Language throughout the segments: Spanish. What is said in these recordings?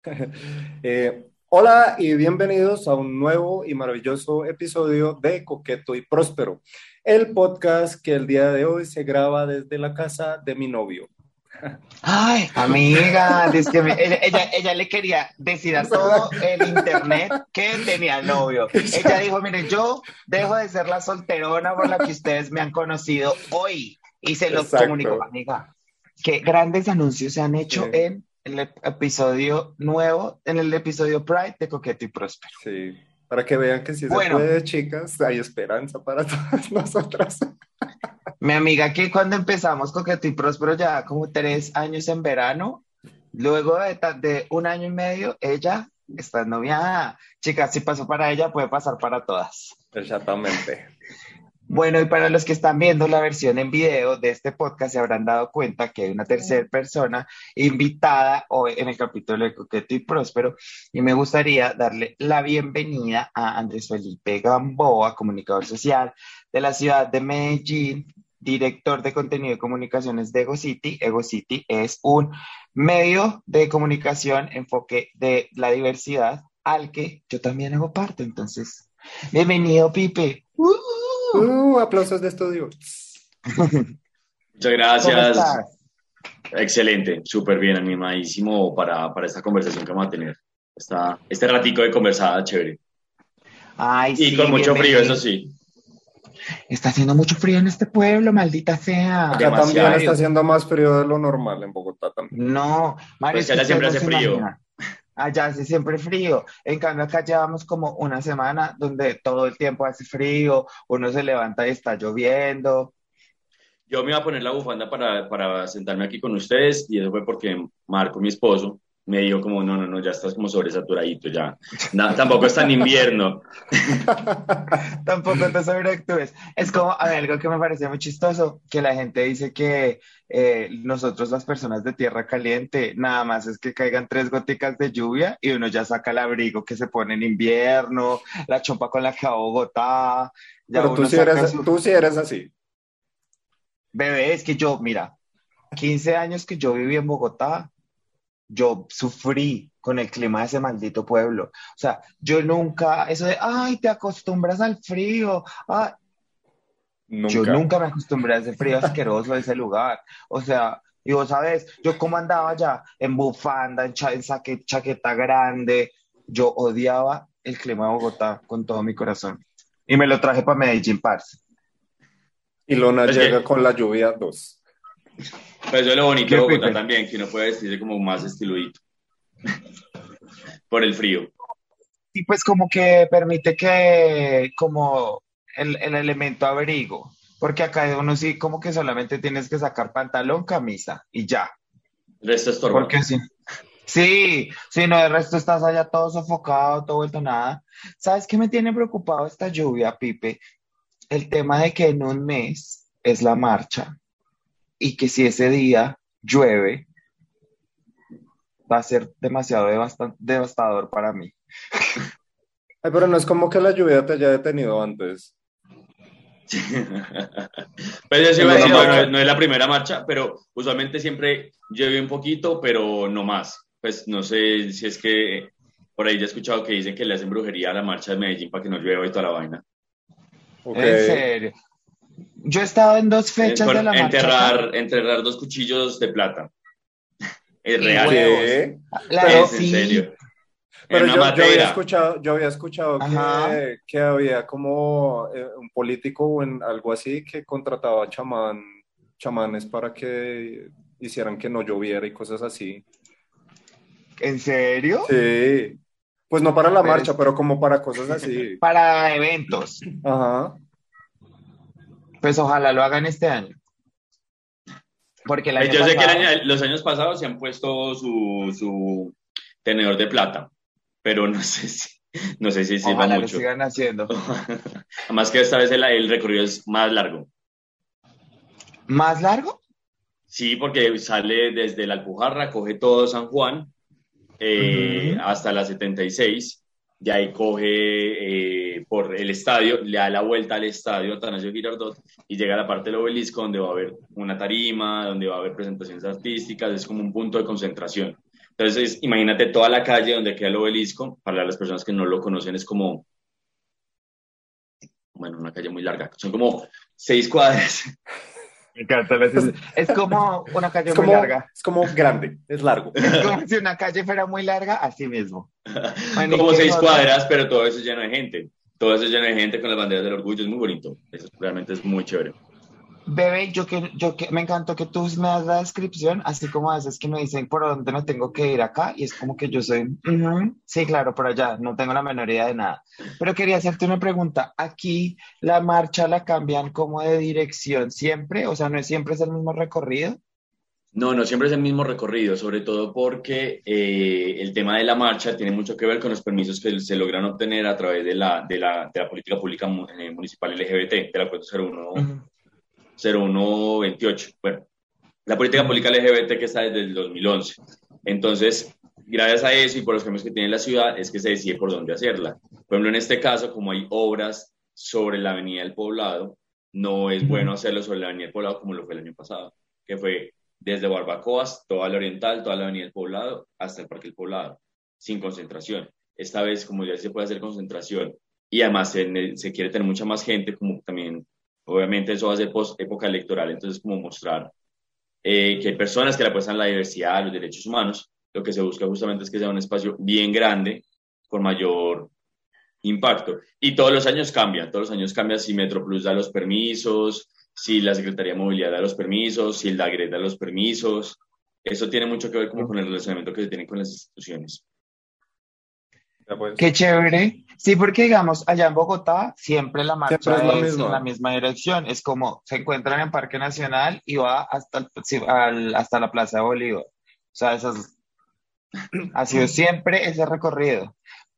Hola y bienvenidos a un nuevo y maravilloso episodio de Coqueto y Próspero, el podcast que el día de hoy se graba desde la casa de mi novio. Ay, amiga, es que ella le quería decir a todo el internet que tenía novio. Ella dijo, miren, yo dejo de ser la solterona por la que ustedes me han conocido hoy. Y se lo comunicó, Exacto. amiga. Qué grandes anuncios se han hecho Sí, en el episodio nuevo, en el episodio Pride de Coqueto y Próspero. sí. Para que vean que sí se Bueno, puede, chicas, hay esperanza para todas nosotras. mi amiga que cuando empezamos Coqueto y Próspero ya como 3 años en verano, luego de un año y medio, ella está noviada. Chicas, si pasó para ella, puede pasar para todas. Exactamente. Bueno, y para los que están viendo la versión en video de este podcast, se habrán dado cuenta que hay una tercera persona invitada hoy en el capítulo de Coqueto y Próspero, y me gustaría darle la bienvenida a Andrés Felipe Gamboa, comunicador social de la ciudad de Medellín, director de contenido y comunicaciones de EgoCity. EgoCity es un medio de comunicación enfoque de la diversidad al que yo también hago parte. Entonces, bienvenido, Pipe. Aplausos de estudio. Muchas ¿Cómo gracias. estás? Excelente, súper bien, animadísimo para esta conversación que vamos a tener. Este ratico de conversada, chévere. Ay, Y con sí, mucho frío, eso bienvenido. sí, Está haciendo mucho frío en este pueblo, maldita sea. Acá también está demasiado. haciendo más frío de lo normal en Bogotá también. No, Mario, Pues es que que allá ustedes siempre no hace se frío. imaginan. Allá hace siempre frío. En cambio, acá llevamos como una semana donde todo el tiempo hace frío, uno se levanta y está lloviendo. Yo me iba a poner la bufanda para sentarme aquí con ustedes y eso fue porque Marco, mi esposo, me dijo como, no, no, no, ya estás como sobresaturadito, ya. Tampoco es tan invierno. Tampoco te sobreactúes. Es como, a ver, algo que me parece muy chistoso, que la gente dice que nosotros las personas de tierra caliente, nada más es que caigan 3 goticas de lluvia y uno ya saca el abrigo que se pone en invierno, la chompa con la que va a Bogotá, ya Pero uno saca su tú sí eres así. bebé. Es que yo, mira, 15 años que yo viví en Bogotá, yo sufrí con el clima de ese maldito pueblo. O sea, yo nunca, eso de, ay, te acostumbras al frío. Ah, yo Nunca. nunca me acostumbré a ese frío asqueroso de ese lugar. O sea, y vos sabes, yo como andaba allá en bufanda, en chaqueta grande, yo odiaba el clima de Bogotá con todo mi corazón. Y me lo traje para Medellín, parce. Y Lona Pues llega que, con la lluvia 2. pues eso es lo bonito de ¿Qué, Bogotá Pipe? también, que uno puede vestirse como más estiludito por el frío. Y pues como que permite que, como el elemento abrigo, porque acá uno sí como que solamente tienes que sacar pantalón, camisa y ya, El resto estorba. porque sí. Sí, sí, no, de resto estás allá todo sofocado, todo vuelto nada. ¿Sabes qué me tiene preocupado esta lluvia, Pipe? El tema de que en un mes es la marcha y que si ese día llueve, va a ser demasiado devastador para mí. Ay, pero no es como que la lluvia te haya detenido antes. Pues yo sí En iba a una decir, no, marcha. no es la primera marcha, pero usualmente siempre llueve un poquito, pero no más. Pues no sé si es que por ahí ya he escuchado que dicen que le hacen brujería a la marcha de Medellín para que no llueva y toda la vaina. Ok. En serio. Yo he estado en 2 fechas de la marcha acá Enterrar dos cuchillos de plata. Es y real, huevos. Sí. es Pero, en Sí, serio. En pero una matera. yo había escuchado ajá. que había como un político o en algo así que contrataba chamanes para que hicieran que no lloviera y cosas así. ¿En serio? Sí. Pues no para la Pero marcha, es pero como para cosas así. para eventos. Ajá. Pues ojalá lo hagan este año, porque el Pues año yo sé que pasado, los años pasados se han puesto su tenedor de plata, pero no sé si sirva ojalá lo mucho. sigan haciendo. Además que esta vez el recorrido es más largo. ¿Más largo? Sí, porque sale desde la Alpujarra, coge todo San Juan Ujú. hasta la 76, de ahí coge por el estadio, le da la vuelta al estadio Atanasio Girardot y llega a la parte del obelisco donde va a haber una tarima, donde va a haber presentaciones artísticas, es como un punto de concentración. Entonces, imagínate toda la calle donde queda el obelisco, para las personas que no lo conocen es como, bueno, una calle muy larga, son como 6 cuadras. Me encanta. Es como una calle Es muy como, larga. es como grande, es largo. Es como si una calle fuera muy larga, así mismo. Bueno, ¿y Como qué 6 cuadras, otras? pero todo eso es lleno de gente. Todo eso es lleno de gente con las banderas del orgullo, es muy bonito. Eso realmente es muy chévere. Bebé, yo que me encantó que tú me das la descripción, así como a veces que me dicen por dónde me tengo que ir acá, y es como que yo soy, "Ujú, sí, claro, por allá, no tengo la menor idea de nada. Pero quería hacerte una pregunta. ¿Aquí la marcha la cambian como de dirección siempre? O sea, ¿no es siempre es el mismo recorrido? No, no siempre es el mismo recorrido, sobre todo porque el tema de la marcha tiene mucho que ver con los permisos que se logran obtener a través de la política pública municipal LGBT, del acuerdo Ujú, 0128. Bueno, la política ujú, pública LGBT que está desde el 2011. Entonces, gracias a eso y por los cambios que tiene la ciudad, es que se decide por dónde hacerla. Por ejemplo, en este caso, como hay obras sobre la Avenida del Poblado, no es ujú. bueno hacerlo sobre la Avenida del Poblado como lo fue el año pasado, que fue desde Barbacoas, toda la Oriental, toda la Avenida del Poblado, hasta el Parque del Poblado, sin concentración. Esta vez, como ya se puede hacer concentración y además se quiere tener mucha más gente, como también, obviamente eso va a ser post época electoral, entonces como mostrar que hay personas que le apuestan a la diversidad, a los derechos humanos. Lo que se busca justamente es que sea un espacio bien grande, con mayor impacto. Y todos los años cambian si Metroplus da los permisos, si la Secretaría de Movilidad da los permisos, si el DAGRET da los permisos. Eso tiene mucho que ver como con el relacionamiento que se tiene con las instituciones. Ya pues, Qué chévere. Sí, porque digamos, allá en Bogotá siempre la siempre es la marcha es en la misma. misma dirección. Es como se encuentran en Parque Nacional y va hasta, sí, hasta la Plaza de Bolívar. O sea, ha sido siempre ese recorrido.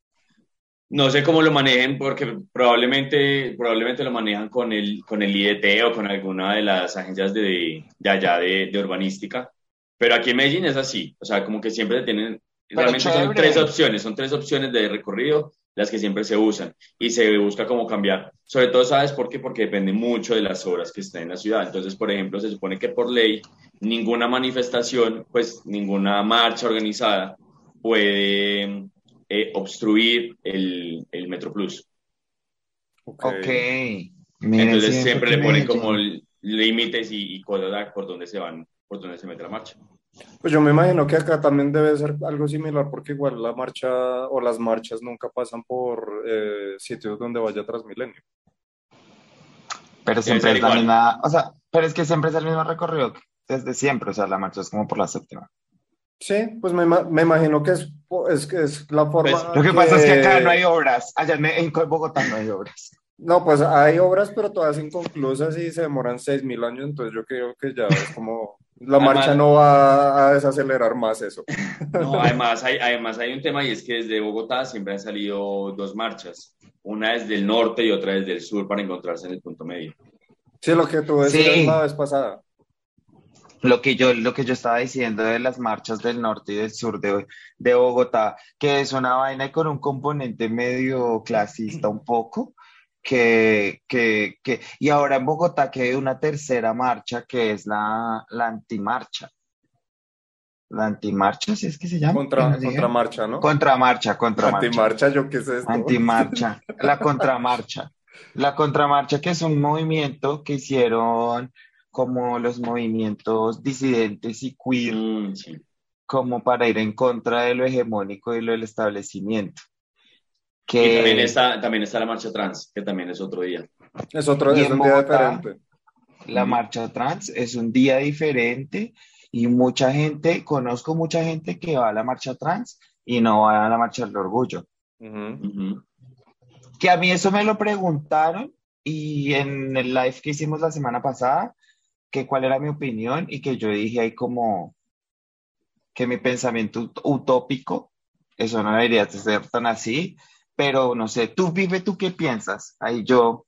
No sé cómo lo manejen porque probablemente lo manejan con el IDT o con alguna de las agencias de allá de urbanística, pero aquí en Medellín es así, o sea, como que siempre tienen, Pero realmente chévere. son tres opciones de recorrido las que siempre se usan y se busca como cambiar. Sobre todo, ¿sabes por qué? Porque depende mucho de las obras que estén en la ciudad. Entonces, por ejemplo, se supone que por ley ninguna manifestación, pues ninguna marcha organizada puede obstruir el Metroplus. Ok. Ok. Miren, Entonces sí, siempre porque le ponen como Medellín. límites y cosas por donde por donde se mete la marcha. Pues yo me imagino que acá también debe ser algo similar porque igual la marcha o las marchas nunca pasan por sitios donde vaya Transmilenio. Pero Debe siempre ser es la igual. misma. O sea, pero es que siempre es el mismo recorrido desde siempre. O sea, la marcha es como por la séptima. Sí, pues me imagino que que es la Pues Lo forma que pasa es que acá no que... hay obras. Allá en Bogotá no hay obras. No, pues hay obras, pero todas inconclusas y se demoran 6.000 años, entonces yo creo que ya es como... La marcha además, no va a desacelerar más eso. no, además hay un tema y es que desde Bogotá siempre han salido dos marchas, una desde el norte y otra desde el sur para encontrarse en el punto medio. Sí, lo que tú decías la Sí, vez pasada. lo que yo estaba diciendo de las marchas del norte y del sur de Bogotá, que es una vaina con un componente medio clasista un poco, y ahora en Bogotá que hay una tercera marcha que es la antimarcha. La antimarcha, ¿sí es que se llama? Que nos dijeron. Contramarcha, ¿no? Contramarcha, contramarcha. Antimarcha, ¿yo qué es esto? Antimarcha. La contramarcha. La contramarcha, que es un movimiento que hicieron como los movimientos disidentes y queer, Sí. como para ir en contra de lo hegemónico y lo del establecimiento. Y Que, también está la marcha trans, que también es otro día. y Es en un día Bogotá, diferente. la marcha trans es un día diferente y mucha gente, conozco mucha gente que va a la marcha trans y no va a la marcha del orgullo. Ujú. Ujú. Que a mí eso me lo preguntaron y en el live que hicimos la semana pasada, que cuál era mi opinión y que yo dije ahí como que mi pensamiento utópico, eso no debería de ser tan así, pero no sé, tú vive, tú qué piensas. Ahí yo.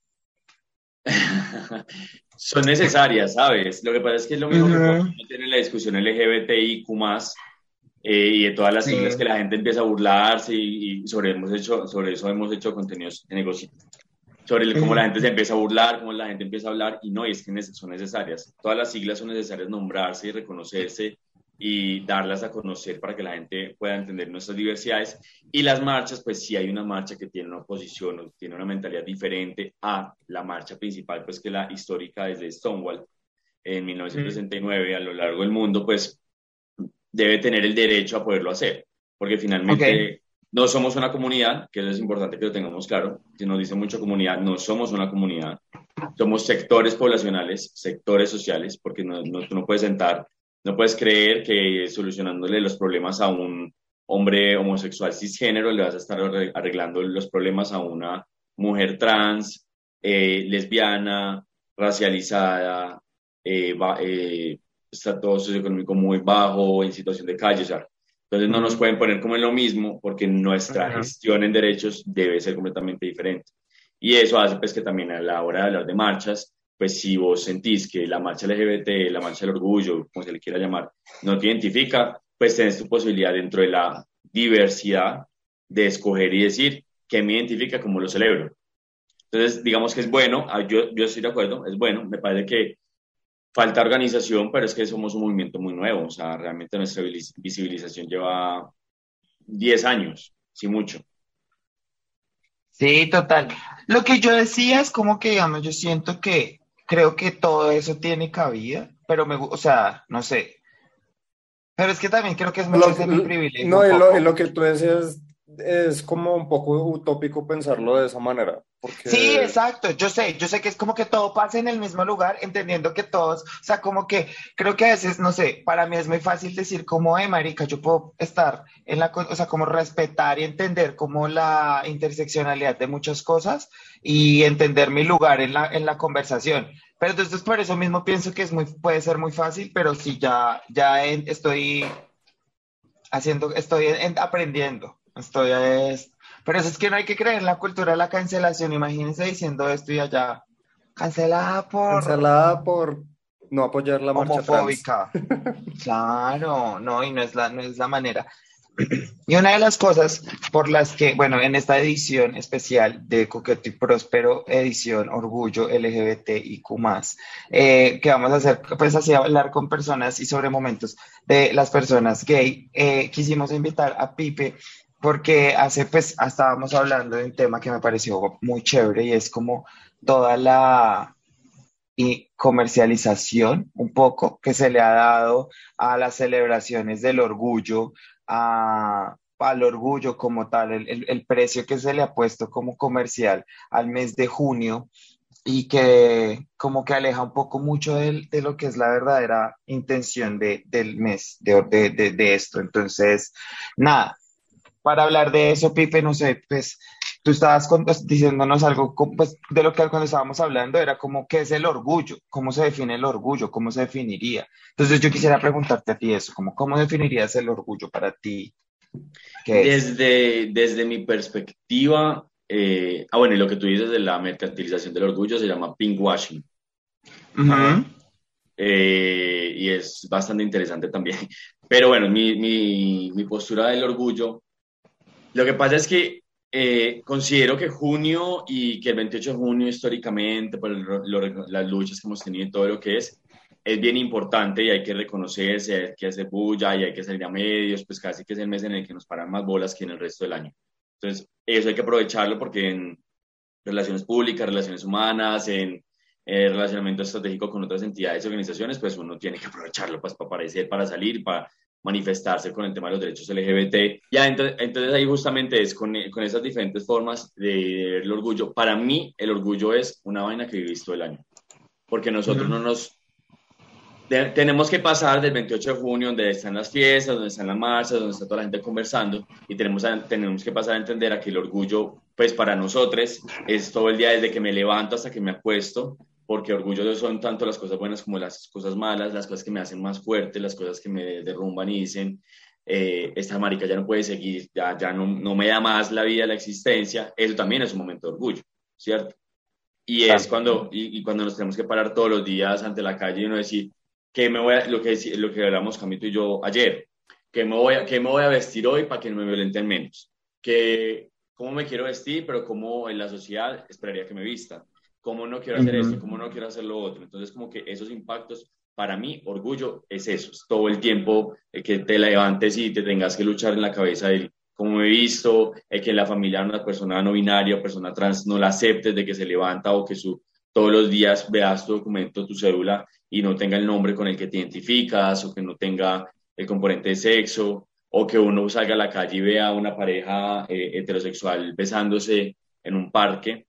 Son necesarias, ¿sabes? Lo que pasa es que es lo mismo que cuando Ujú. uno tiene la discusión LGBTIQ+, y de todas las siglas que Sí. la gente empieza a burlarse y sobre eso hemos hecho contenidos de negocio, sobre cómo la gente se empieza a burlar, cómo la gente empieza a hablar, y no, y es que son necesarias. Todas las siglas son necesarias nombrarse y reconocerse y darlas a conocer para que la gente pueda entender nuestras diversidades. Y las marchas, pues sí hay una marcha que tiene una posición o tiene una mentalidad diferente a la marcha principal, pues que la histórica desde Stonewall en 1969 a lo largo del mundo, pues debe tener el derecho a poderlo hacer, porque Ok. finalmente no somos una comunidad, que eso es importante que lo tengamos claro, si nos dice mucho comunidad, no somos una comunidad, somos sectores poblacionales, sectores sociales, porque tú no puedes sentar, no puedes creer que solucionándole los problemas a un hombre homosexual cisgénero le vas a estar arreglando los problemas a una mujer trans, lesbiana, racializada, estatus socioeconómico muy bajo, en situación de calle, o sea, entonces no nos Ujú, pueden poner como en lo mismo porque nuestra ujú. gestión en derechos debe ser completamente diferente. Y eso hace pues que también a la hora de hablar de marchas, pues si vos sentís que la marcha LGBT, la marcha del orgullo, como se le quiera llamar, no te identifica, pues tenés tu posibilidad dentro de la diversidad de escoger y decir qué me identifica, cómo lo celebro. Entonces, digamos que es bueno, yo estoy de acuerdo, es bueno, me parece que falta organización, pero es que somos un movimiento muy nuevo, o sea, realmente nuestra visibilización lleva 10 años, sí mucho. Sí, total. Lo que yo decía es como que, digamos, yo siento que creo que todo eso tiene cabida, pero o sea, no sé. Pero es que también creo que es mucho Lo ese que- mi privilegio no, un y poco. lo que tú decías es como un poco utópico pensarlo de esa manera, Sí, porque exacto, yo sé que es como que todo pasa en el mismo lugar, entendiendo que todos, o sea, como que creo que a veces, no sé, para mí es muy fácil decir como, marica, yo puedo estar en o sea, como respetar y entender como la interseccionalidad de muchas cosas y entender mi lugar en la conversación. Pero entonces por eso mismo pienso que puede ser muy fácil, pero sí, estoy aprendiendo, pero eso es que no hay que creer en la cultura de la cancelación. Imagínense diciendo esto y allá, cancelada por cancelada por no apoyar la marcha trans. homofóbica. Claro, no, y no es la manera. Y una de las cosas por las que, bueno, en esta edición especial de Coqueto y Próspero, edición Orgullo LGBTIQ+, que vamos a hacer, pues así hablar con personas y sobre momentos de las personas gay, quisimos invitar a Pipe porque pues, estábamos hablando de un tema que me pareció muy chévere y es como toda la y comercialización un poco que se le ha dado a las celebraciones del orgullo, al orgullo como tal, el precio que se le ha puesto como comercial al mes de junio y que como que aleja un poco mucho de lo que es la verdadera intención del mes, de esto. Entonces, nada, para hablar de eso, Pipe, no sé, pues tú estabas diciéndonos algo, pues, de lo que cuando estábamos hablando era como qué es el orgullo, cómo se define el orgullo, cómo se definiría. Entonces yo quisiera preguntarte a ti eso, como cómo definirías el orgullo para ti, ¿qué es? Desde mi perspectiva, bueno, y lo que tú dices de la mercantilización del orgullo se llama pinkwashing, Ujú, y es bastante interesante también. Pero bueno, mi postura del orgullo, lo que pasa es que considero que junio y que el 28 de junio históricamente, por las luchas que hemos tenido y todo lo que es bien importante y hay que reconocerse, hay que hacer bulla y hay que salir a medios, pues casi que es el mes en el que nos paran más bolas que en el resto del año. Entonces, eso hay que aprovecharlo porque en relaciones públicas, relaciones humanas, en relacionamiento estratégico con otras entidades y organizaciones, pues uno tiene que aprovecharlo pues, para aparecer, para salir, para manifestarse con el tema de los derechos LGBT. Ya, entonces ahí justamente es con esas diferentes formas de ver el orgullo. Para mí, el orgullo es una vaina que he visto el año, porque nosotros no ujú. nos tenemos que pasar del 28 de junio, donde están las fiestas, donde están las marchas, donde está toda la gente conversando, y tenemos que pasar a entender a que el orgullo, pues para nosotros, es todo el día desde que me levanto hasta que me acuesto, porque orgullo son tanto las cosas buenas como las cosas malas, las cosas que me hacen más fuerte, las cosas que me derrumban y dicen, esta marica ya no puede seguir, ya no me da más la vida, la existencia, eso también es un momento de orgullo, ¿cierto? Y es Total. y cuando nos tenemos que parar todos los días ante la calle y uno decir, lo que hablamos Camito y yo ayer, que me voy a vestir hoy para que no me violenten menos, que cómo me quiero vestir, pero cómo en la sociedad esperaría que me vista, ¿Cómo no quiero hacer esto? ¿Cómo no quiero hacer lo otro? Entonces, como que esos impactos, para mí, orgullo es eso, es todo el tiempo que te levantes y te tengas que luchar en la cabeza de cómo he visto, que en la familia una persona no binaria o persona trans no la aceptes de que se levanta o que todos los días veas tu documento, tu cédula y no tenga el nombre con el que te identificas o que no tenga el componente de sexo o que uno salga a la calle y vea a una pareja heterosexual besándose en un parque.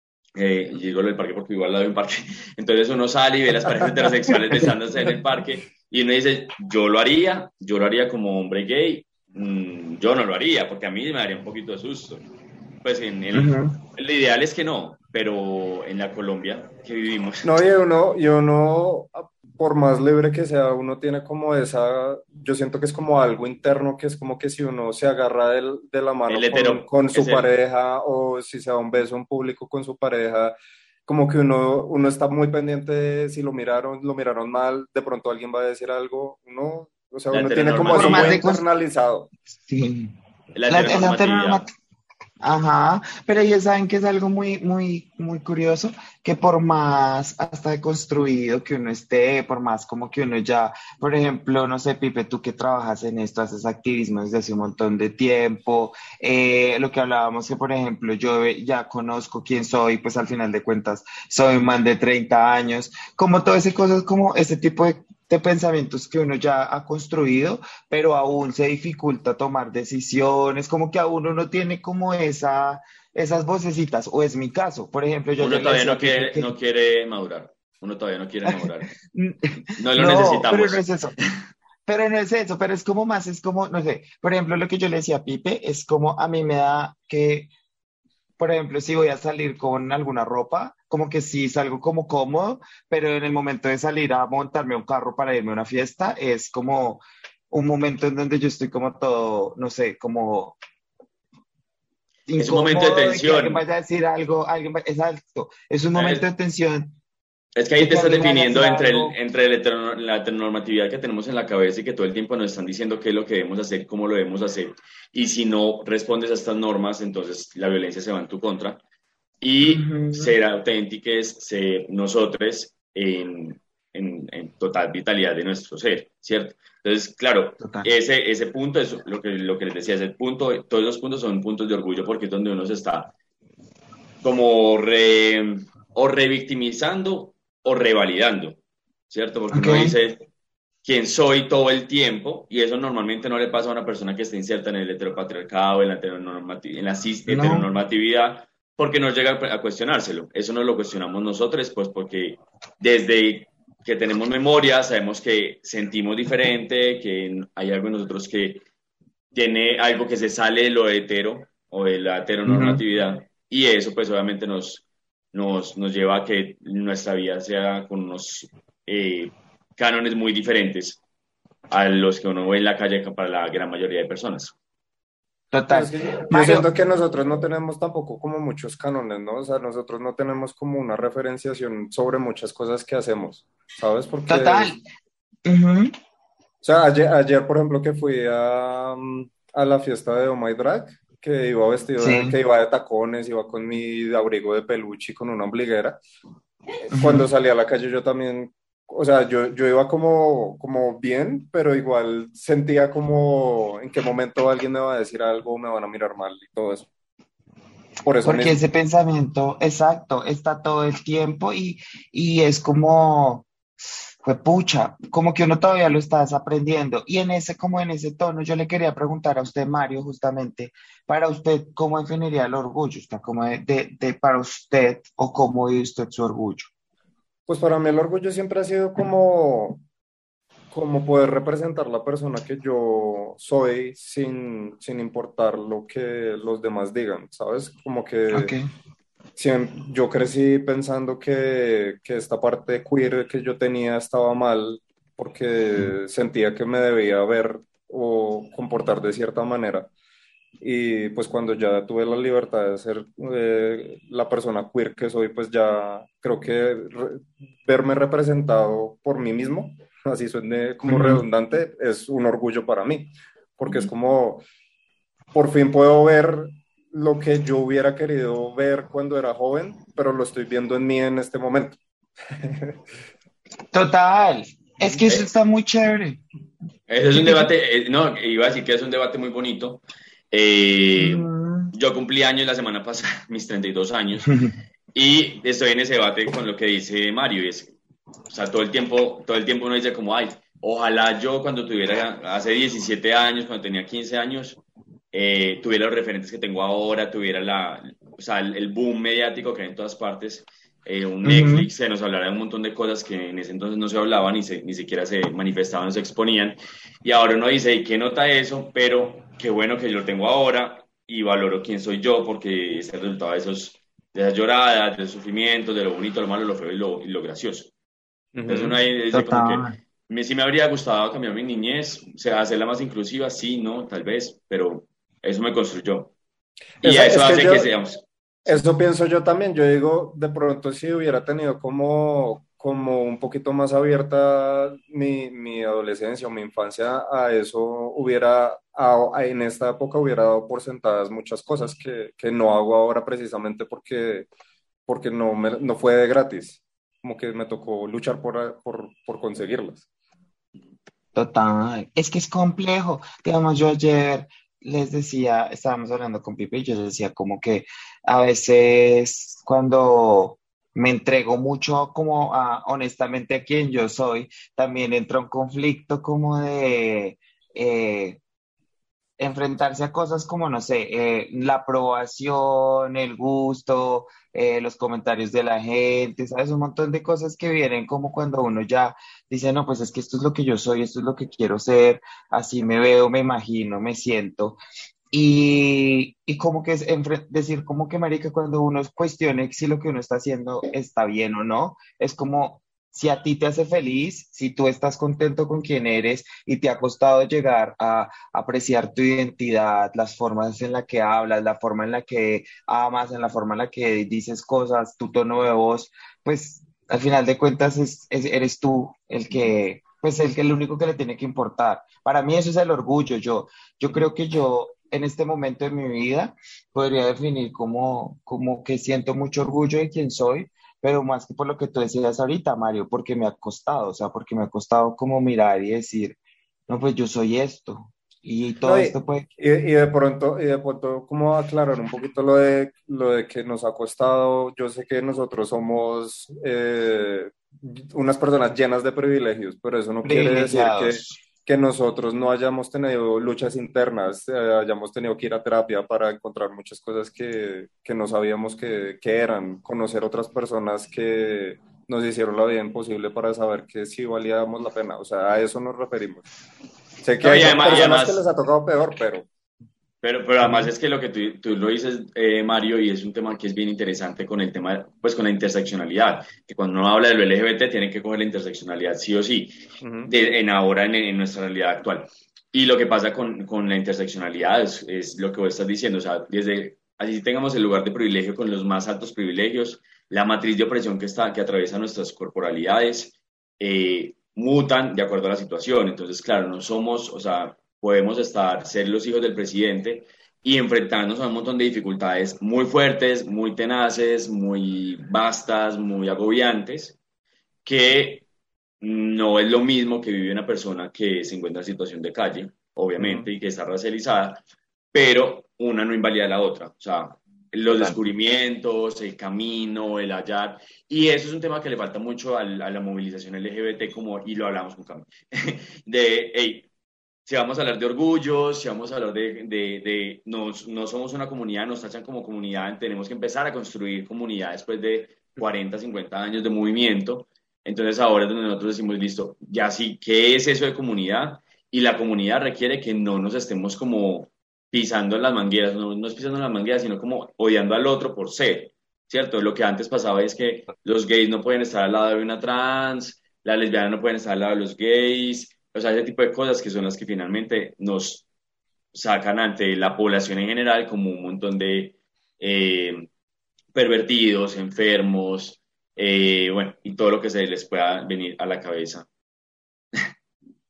Y digo lo del parque porque igual al lado de un parque. Entonces uno sale y ve las parejas heterosexuales besándose en el parque y uno dice, yo lo haría como hombre gay. Yo no lo haría porque a mí me daría un poquito de susto. Pues el ideal es que no, pero en la Colombia que vivimos. No, y uno, por más libre que sea, uno tiene como yo siento que es como algo interno, que es como que si uno se agarra de la mano con su pareja, o si se da un beso en público con su pareja, como que uno está muy pendiente de si lo miraron mal, de pronto alguien va a decir algo, o sea, uno tiene como eso muy internalizado. Sí. La heteronormatividad. Ajá, pero ellos saben que es algo muy, muy, muy curioso, que por más hasta deconstruido que uno esté, por más como que uno ya, por ejemplo, no sé, Pipe, tú que trabajas en esto, haces activismo desde hace un montón de tiempo, lo que hablábamos que, por ejemplo, yo ya conozco quién soy, pues al final de cuentas soy un man de 30 años, como todas esas cosas, como ese tipo de pensamientos que uno ya ha construido, pero aún se dificulta tomar decisiones, como que aún uno tiene como esas vocecitas, o es mi caso, por ejemplo, uno todavía no quiere madurar, uno todavía no quiere madurar, no lo necesitamos. Pero no es eso. Pero no es eso, pero es como más, es como, no sé, por ejemplo, lo que yo le decía a Pipe, es como a mí me da que, por ejemplo, si voy a salir con alguna ropa, como que sí salgo como cómodo, pero en el momento de salir a montarme a un carro para irme a una fiesta, es como un momento en donde yo estoy como todo, no sé, como es un momento de tensión. Que alguien vaya a decir algo, exacto, es un momento de tensión. Es que ahí te estás definiendo entre la heteronormatividad que tenemos en la cabeza y que todo el tiempo nos están diciendo qué es lo que debemos hacer, cómo lo debemos hacer. Y si no respondes a estas normas, entonces la violencia se va en tu contra. Y ser auténticos, ser nosotros en total vitalidad de nuestro ser, ¿cierto? Entonces, claro, ese punto es lo que les decía, ese punto, todos los puntos son puntos de orgullo porque es donde uno se está como o revictimizando o revalidando, ¿cierto? Porque uno dice quién soy todo el tiempo y eso normalmente no le pasa a una persona que está inserta en el heteropatriarcado, en la heteronormatividad, porque no llega a cuestionárselo. Eso no lo cuestionamos nosotros, pues porque desde que tenemos memoria sabemos que sentimos diferente, que hay algo en nosotros que tiene algo que se sale de lo hetero o de la heteronormatividad y eso pues obviamente nos lleva a que nuestra vida sea con unos cánones muy diferentes a los que uno ve en la calle para la gran mayoría de personas. Total. Yo siento que nosotros no tenemos tampoco como muchos cánones, ¿no? O sea, nosotros no tenemos como una referenciación sobre muchas cosas que hacemos, ¿sabes? Porque, total. O sea, ayer, por ejemplo, que fui a la fiesta de Oh My Drag, que iba vestido, que iba de tacones, iba con mi abrigo de peluche y con una ombliguera. Cuando salí a la calle yo también, o sea, yo iba como bien, pero igual sentía como en qué momento alguien me va a decir algo, me van a mirar mal y todo eso. Por eso porque ese pensamiento, exacto, está todo el tiempo y es como, pues pucha, como que uno todavía lo está desaprendiendo. Y en ese tono, yo le quería preguntar a usted, Mario, justamente, para usted, ¿cómo definiría el orgullo? ¿Está como para usted o cómo vive usted su orgullo? Pues para mí el orgullo siempre ha sido como poder representar la persona que yo soy sin importar lo que los demás digan, ¿sabes? Como que yo crecí pensando que esta parte queer que yo tenía estaba mal porque sentía que me debía ver o comportar de cierta manera. Y pues cuando ya tuve la libertad de ser la persona queer que soy, pues ya creo que verme representado por mí mismo, así suene como redundante, es un orgullo para mí, porque es como, por fin puedo ver lo que yo hubiera querido ver cuando era joven, pero lo estoy viendo en mí en este momento. Total, es que eso Eh, está muy chévere. Ese es un Chiqui, chiqui. debate, no, iba a decir que es un debate muy bonito. Eh, Mm. yo cumplí años la semana pasada, mis 32 años, y estoy en ese debate con lo que dice Mario, y es, o sea, todo el tiempo uno dice como, ay, ojalá yo cuando tuviera, hace 17 años, cuando tenía 15 años, tuviera los referentes que tengo ahora, tuviera o sea, el boom mediático que hay en todas partes, un Ujú. Netflix, se nos hablará de un montón de cosas que en ese entonces no se hablaban ni siquiera se manifestaban, no se exponían, y ahora uno dice, ¿y qué nota eso? Pero qué bueno que yo lo tengo ahora y valoro quién soy yo porque es el resultado de esas lloradas, del sufrimiento, de lo bonito, lo malo, lo feo y lo gracioso. Entonces uno Ujú. ahí dice como que Total. sí me habría gustado cambiar mi niñez, o sea, hacerla más inclusiva, sí, no, tal vez, pero eso me construyó. Y eso Es que hace que yo, seamos, sí. eso pienso yo también. Yo digo, de pronto si hubiera tenido como un poquito más abierta mi adolescencia o mi infancia a eso, en esta época hubiera dado por sentadas muchas cosas que no hago ahora precisamente porque no fue de gratis. Como que me tocó luchar por conseguirlas. Total, es que es complejo. Digamos, yo ayer les decía, estábamos hablando con Pipe y yo les decía como que a veces cuando me entrego mucho como honestamente a quien yo soy, también entra un conflicto como de enfrentarse a cosas como, no sé, la aprobación, el gusto, los comentarios de la gente, ¿sabes? Un montón de cosas que vienen como cuando uno ya dice, no, pues es que esto es lo que yo soy, esto es lo que quiero ser, así me veo, me imagino, me siento. Y como que es decir, como que, marica, cuando uno cuestione si lo que uno está haciendo está bien o no, es como si a ti te hace feliz, si tú estás contento con quien eres y te ha costado llegar a apreciar tu identidad, las formas en las que hablas, la forma en la que amas, en la forma en la que dices cosas, tu tono de voz, pues al final de cuentas eres tú el que, pues el único que le tiene que importar. Para mí eso es el orgullo. Yo creo que yo en este momento de mi vida podría definir como que siento mucho orgullo de quién soy, pero más que por lo que tú decías ahorita, Mario, porque me ha costado, o sea, porque me ha costado como mirar y decir, no, pues yo soy esto. Y No, todo esto pues, y de pronto, como aclarar un poquito lo de que nos ha costado. Yo sé que nosotros somos unas personas llenas de privilegios, pero eso no quiere decir privilegiados. que nosotros no hayamos tenido luchas internas, hayamos tenido que ir a terapia para encontrar muchas cosas que no sabíamos que eran, conocer otras personas que nos hicieron la vida imposible para saber que sí valíamos la pena. O sea, a eso nos referimos. Sé que No, hay y además, y personas que les además ha tocado peor, pero pero además Ujú. es que lo que tú lo dices, Mario, y es un tema que es bien interesante con el tema, pues con la interseccionalidad, que cuando uno habla de lo LGBT tiene que coger la interseccionalidad sí o sí, ujú, en nuestra realidad actual. Y lo que pasa con la interseccionalidad es lo que vos estás diciendo, o sea, desde así tengamos el lugar de privilegio con los más altos privilegios, la matriz de opresión que atraviesa nuestras corporalidades mutan de acuerdo a la situación. Entonces, claro, no somos, o sea, podemos ser los hijos del presidente y enfrentarnos a un montón de dificultades muy fuertes, muy tenaces, muy vastas, muy agobiantes, que no es lo mismo que vive una persona que se encuentra en situación de calle, ujú, obviamente, y que está racializada, pero una no invalida a la otra. O sea, los Total. descubrimientos, el camino, el hallar, y eso es un tema que le falta mucho a la movilización LGBT, y lo hablamos con Cami, de, hey, si vamos a hablar de orgullo, si vamos a hablar no somos una comunidad, nos tachan como comunidad, tenemos que empezar a construir comunidad después de 40, 50 años de movimiento. Entonces ahora es donde nosotros decimos, listo, ya sí, ¿qué es eso de comunidad? Y la comunidad requiere que no nos estemos como pisando en las mangueras, no es pisando en las mangueras, sino como odiando al otro por ser, ¿cierto? Lo que antes pasaba es que los gays no pueden estar al lado de una trans, las lesbianas no pueden estar al lado de los gays, o sea, ese tipo de cosas que son las que finalmente nos sacan ante la población en general como un montón de eh, pervertidos, enfermos, bueno, y todo lo que se les pueda venir a la cabeza.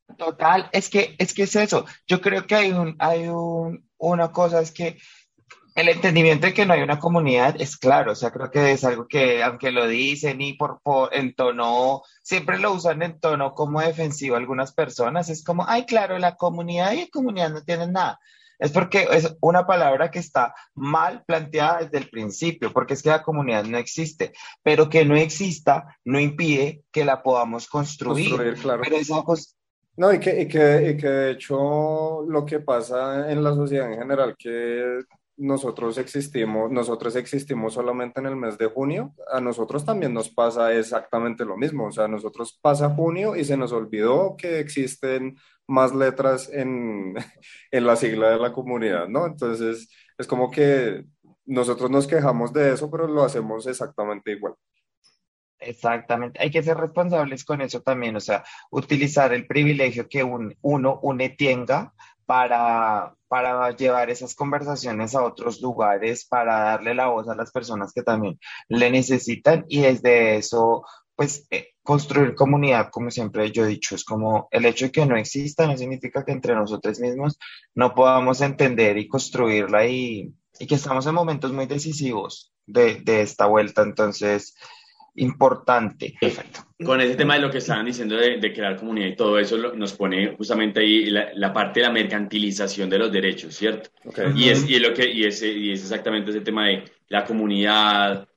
Total, es que es eso. Yo creo que una cosa es que El entendimiento de que no hay una comunidad es claro, o sea, creo que es algo que, aunque lo dicen y por en tono, siempre lo usan en tono como defensivo algunas personas, es como, ay, claro, la comunidad y la comunidad no tienen nada. Es porque es una palabra que está mal planteada desde el principio, porque es que la comunidad no existe, pero que no exista no impide que la podamos construir. Construir, claro. Pero esa, No, y que de hecho lo que pasa en la sociedad en general, que nosotros existimos solamente en el mes de junio, a nosotros también nos pasa exactamente lo mismo, o sea, a nosotros pasa junio y se nos olvidó que existen más letras en la sigla de la comunidad, ¿no? Entonces, es como que nosotros nos quejamos de eso, pero lo hacemos exactamente igual. exactamente, hay que ser responsables con eso también, o sea, utilizar el privilegio que une tenga para llevar esas conversaciones a otros lugares, para darle la voz a las personas que también le necesitan y desde eso, pues, construir comunidad, como siempre yo he dicho, es como el hecho de que no exista no significa que entre nosotros mismos no podamos entender y construirla y que estamos en momentos muy decisivos de esta vuelta, entonces importante. Perfecto. Con ese tema de lo que estaban diciendo de crear comunidad y todo eso, nos pone justamente ahí la parte de la mercantilización de los derechos, ¿cierto? Okay. Y es exactamente ese tema de la comunidad,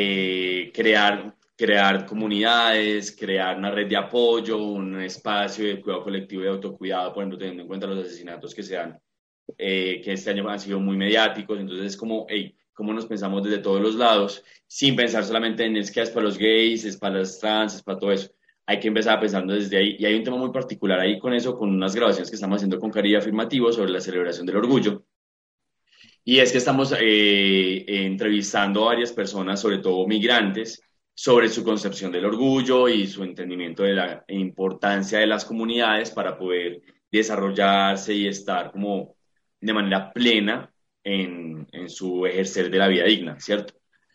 crear comunidades, crear una red de apoyo, un espacio de cuidado colectivo y de autocuidado, por ejemplo, teniendo en cuenta los asesinatos que se dan, que este año han sido muy mediáticos, entonces es como, hey, cómo nos pensamos desde todos los lados, sin pensar solamente en es que es para los gays, es para las trans, es para todo eso. Hay que empezar pensando desde ahí. Y hay un tema muy particular ahí con eso, con unas grabaciones que estamos haciendo con Caribe Afirmativo sobre la celebración del orgullo. Y es que estamos entrevistando a varias personas, sobre todo migrantes, sobre su concepción del orgullo y su entendimiento de la importancia de las comunidades para poder desarrollarse y estar como de manera plena en su ejercer de la vida digna, ¿cierto?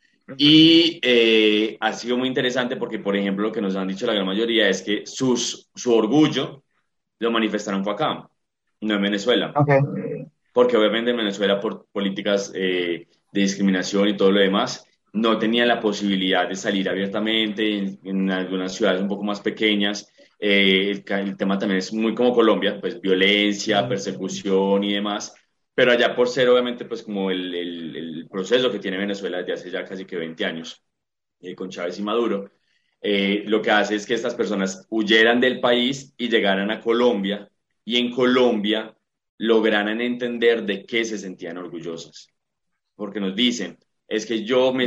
Y ha sido muy interesante porque, por ejemplo, lo que nos han dicho la gran mayoría es que su orgullo lo manifestaron fue acá, no en Venezuela. Okay. Porque obviamente en Venezuela, por políticas de discriminación y todo lo demás, no tenía la posibilidad de salir abiertamente en algunas ciudades un poco más pequeñas. El tema también es muy como Colombia, pues violencia, persecución y demás. Pero allá por ser obviamente pues como el proceso que tiene Venezuela desde hace ya casi que 20 años, con Chávez y Maduro, lo que hace es que estas personas huyeran del país y llegaran a Colombia, y en Colombia lograran entender de qué se sentían orgullosas. Porque nos dicen, es que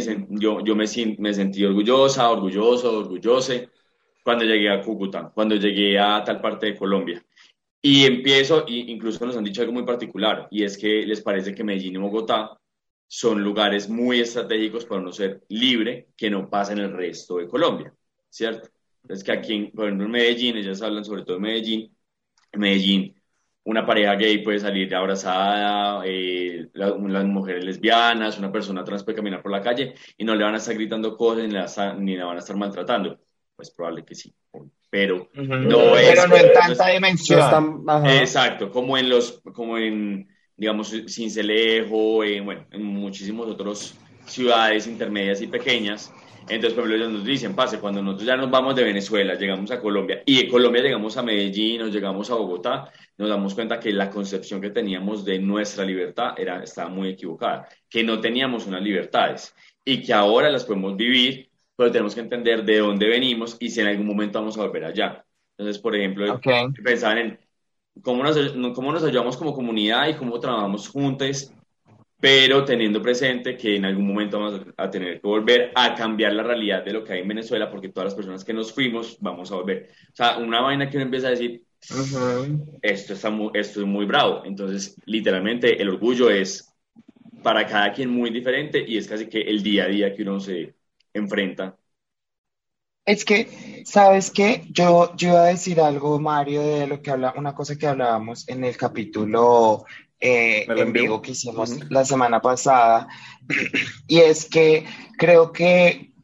me sentí orgullosa, orgulloso, orgullose cuando llegué a Cúcuta, cuando llegué a tal parte de Colombia. Y incluso nos han dicho algo muy particular, y es que les parece que Medellín y Bogotá son lugares muy estratégicos para uno ser libre, que no pasa en el resto de Colombia, ¿cierto? Es que aquí, por ejemplo, en Medellín, ellas hablan sobre todo de Medellín, una pareja gay puede salir abrazada, las mujeres lesbianas, una persona trans puede caminar por la calle y no le van a estar gritando cosas ni la van a estar maltratando. Pues probable que sí, pero no es... Pero no en tanta dimensión. Exacto, como en, digamos, Sincelejo, bueno, en muchísimas otras ciudades intermedias y pequeñas. Entonces, por ejemplo, ellos nos dicen, pase, cuando nosotros ya nos vamos de Venezuela, llegamos a Colombia, y de Colombia llegamos a Medellín, nos llegamos a Bogotá, nos damos cuenta que la concepción que teníamos de nuestra libertad estaba muy equivocada, que no teníamos unas libertades, y que ahora las podemos vivir, pero tenemos que entender de dónde venimos y si en algún momento vamos a volver allá. Entonces, por ejemplo, pensaban en cómo nos ayudamos como comunidad y cómo trabajamos juntos, pero teniendo presente que en algún momento vamos a tener que volver a cambiar la realidad de lo que hay en Venezuela, porque todas las personas que nos fuimos vamos a volver. O sea, una vaina que uno empieza a decir, esto es muy bravo. Entonces, literalmente, el orgullo es para cada quien muy diferente y es casi que el día a día que uno se enfrenta. Es que, ¿sabes qué? Yo iba a decir algo, Mario, de lo que una cosa que hablábamos en el capítulo en vivo que hicimos la semana pasada, y es que creo que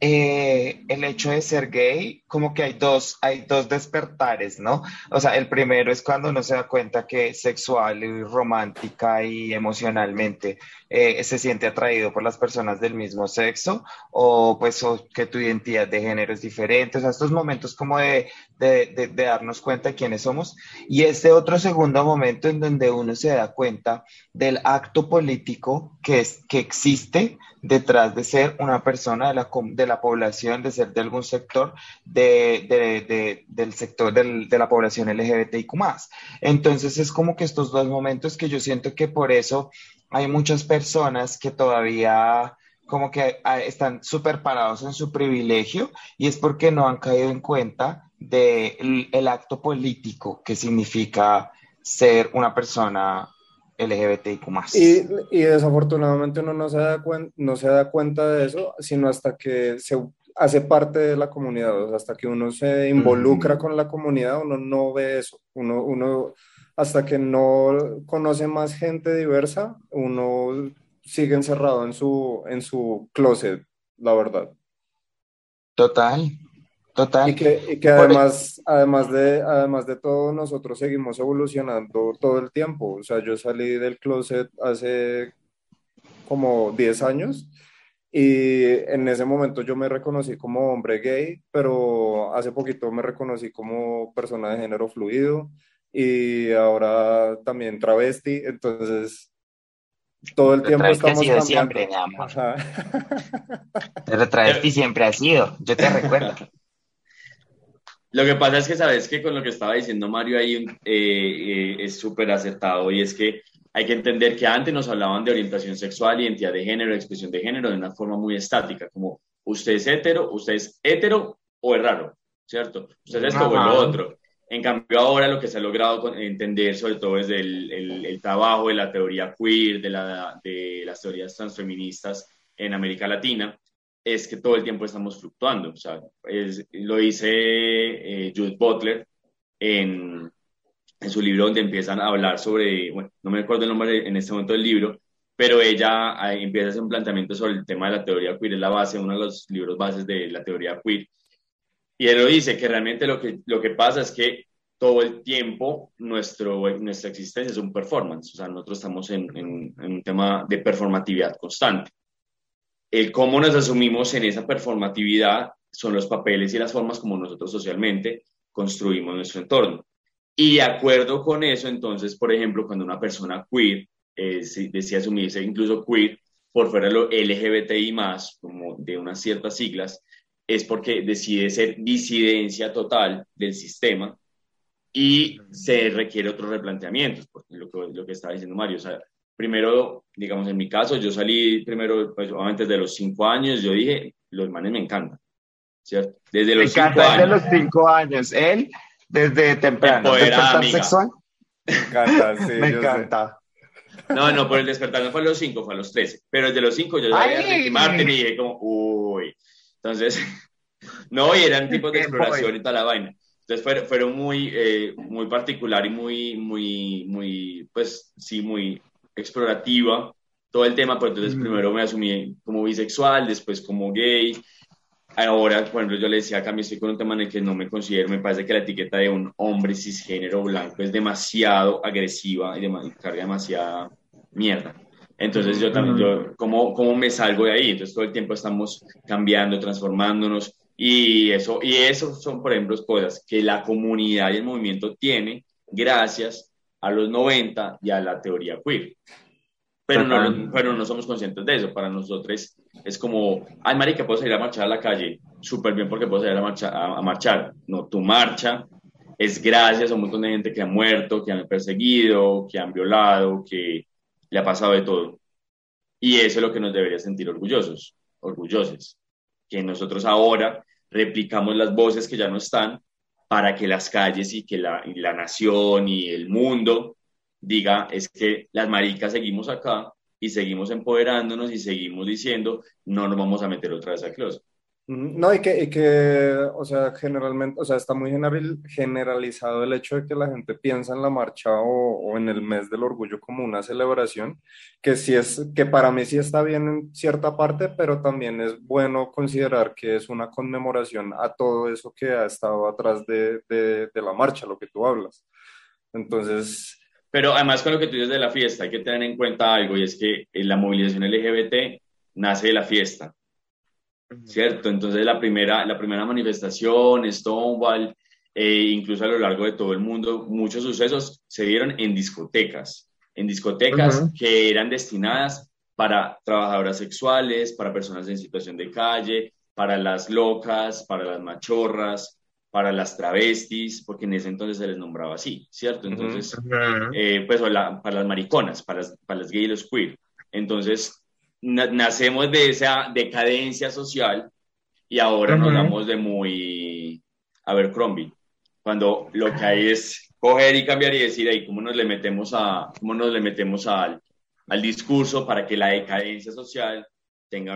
el hecho de ser gay, como que hay dos despertares, ¿no? O sea, el primero es cuando uno se da cuenta que sexual y romántica y emocionalmente se siente atraído por las personas del mismo sexo, o pues o que tu identidad de género es diferente, o sea, estos momentos como de darnos cuenta de quiénes somos, y este otro segundo momento en donde uno se da cuenta del acto político que existe detrás de ser una persona de la población, de ser de algún sector del sector de la población LGBTIQ+. Entonces es como que estos dos momentos que yo siento que por eso hay muchas personas que todavía como que están súper parados en su privilegio y es porque no han caído en cuenta del el acto político que significa ser una persona LGBTIQ+. Y desafortunadamente uno no se da cuenta de eso, sino hasta que se hace parte de la comunidad, o sea, hasta que uno se involucra Ujú. con la comunidad, uno no ve eso. Uno hasta que no conoce más gente diversa, uno sigue encerrado en su closet, la verdad. Total, total. Y que Y por, además de todo, nosotros seguimos evolucionando todo el tiempo. O sea, yo salí del closet hace como 10 años y en ese momento yo me reconocí como hombre gay, pero hace poquito me reconocí como persona de género fluido y ahora también travesti. Entonces, todo el Pero tiempo travesti ha estamos sido siempre, cambiando. mi amor. Ajá. Pero travesti siempre ha sido, yo te recuerdo. Lo que pasa es que sabes que con lo que estaba diciendo Mario ahí es súper acertado y es que hay que entender que antes nos hablaban de orientación sexual, identidad de género, expresión de género de una forma muy estática, como usted es hetero o es raro, ¿cierto? Usted es esto o es lo Ajá. otro. En cambio ahora lo que se ha logrado entender sobre todo desde el trabajo de la teoría queer, de las teorías transfeministas en América Latina, es que todo el tiempo estamos fluctuando. O sea, lo dice Judith Butler en su libro donde empiezan a hablar sobre, bueno, no me acuerdo el nombre en este momento del libro, pero ella empieza a hacer un planteamiento sobre el tema de la teoría queer, es la base, uno de los libros bases de la teoría queer. Y él lo dice, que realmente lo que pasa es que todo el tiempo nuestra existencia es un performance, o sea, nosotros estamos en un tema de performatividad constante. El cómo nos asumimos en esa performatividad son los papeles y las formas como nosotros socialmente construimos nuestro entorno. Y de acuerdo con eso, entonces, por ejemplo, cuando una persona queer decide asumirse incluso queer por fuera de lo LGBTI más, como de unas ciertas siglas, es porque decide ser disidencia total del sistema y se requiere otros replanteamientos, porque lo que estaba diciendo Mario, o sea, primero, digamos, en mi caso, yo salí primero, pues, antes de los 5 años, yo dije, los manes me encantan, ¿cierto? Desde Me los cinco encanta desde años, los 5 años. Él, desde temprano. empoderada, ¿Despertar amiga. sexual? Me encanta, sí, Me yo sé. encanta. No, no, por el despertar no fue a los 5, fue a los 13. Pero desde los 5 yo ya veía a Ricky Martin y ¡Ay! dije como, uy. Entonces, no, y eran tipos de Bien, boy. exploración y toda la vaina. Entonces fueron muy particular y pues sí, muy explorativa todo el tema. Pues entonces Mm. primero me asumí como bisexual, después como gay. Ahora, por ejemplo, yo le decía a Cami, estoy con un tema en el que no me considero, me parece que la etiqueta de un hombre cisgénero blanco es demasiado agresiva y carga demasiada mierda. Entonces yo también, Mm. ¿cómo me salgo de ahí? Entonces todo el tiempo estamos cambiando, transformándonos y eso son, por ejemplo, cosas que la comunidad y el movimiento tiene gracias a los 90 y a la teoría queer, Total. pero no somos conscientes de eso. Para nosotros es como, ay, marica, puedo salir a marchar a la calle, súper bien porque puedo salir a marchar. No, tu marcha es gracias a un montón de gente que ha muerto, que han perseguido, que han violado, que le ha pasado de todo. Y eso es lo que nos debería sentir orgullosos, orgullosos, que nosotros ahora replicamos las voces que ya no están para que las calles y la nación y el mundo diga, es que las maricas seguimos acá y seguimos empoderándonos y seguimos diciendo, no nos vamos a meter otra vez al closet. No, o sea, generalmente, o sea, está muy generalizado el hecho de que la gente piensa en la marcha o en el mes del orgullo como una celebración, que sí es, que para mí sí está bien en cierta parte, pero también es bueno considerar que es una conmemoración a todo eso que ha estado atrás de la marcha, lo que tú hablas. Entonces, Pero además con lo que tú dices de la fiesta, hay que tener en cuenta algo y es que la movilización LGBT nace de la fiesta, ¿cierto? Entonces la primera manifestación, Stonewall, incluso a lo largo de todo el mundo, muchos sucesos se dieron en discotecas Ujú. que eran destinadas para trabajadoras sexuales, para personas en situación de calle, para las locas, para las machorras, para las travestis, porque en ese entonces se les nombraba así, ¿cierto? ujú, Entonces, Ujú. pues para las mariconas, para las gays y los queer. Entonces, nacemos de esa decadencia social y ahora nos Ujú. damos de muy Abercrombie, cuando lo que hay es coger y cambiar y decir, ahí, ¿cómo nos le metemos al discurso para que la decadencia social tenga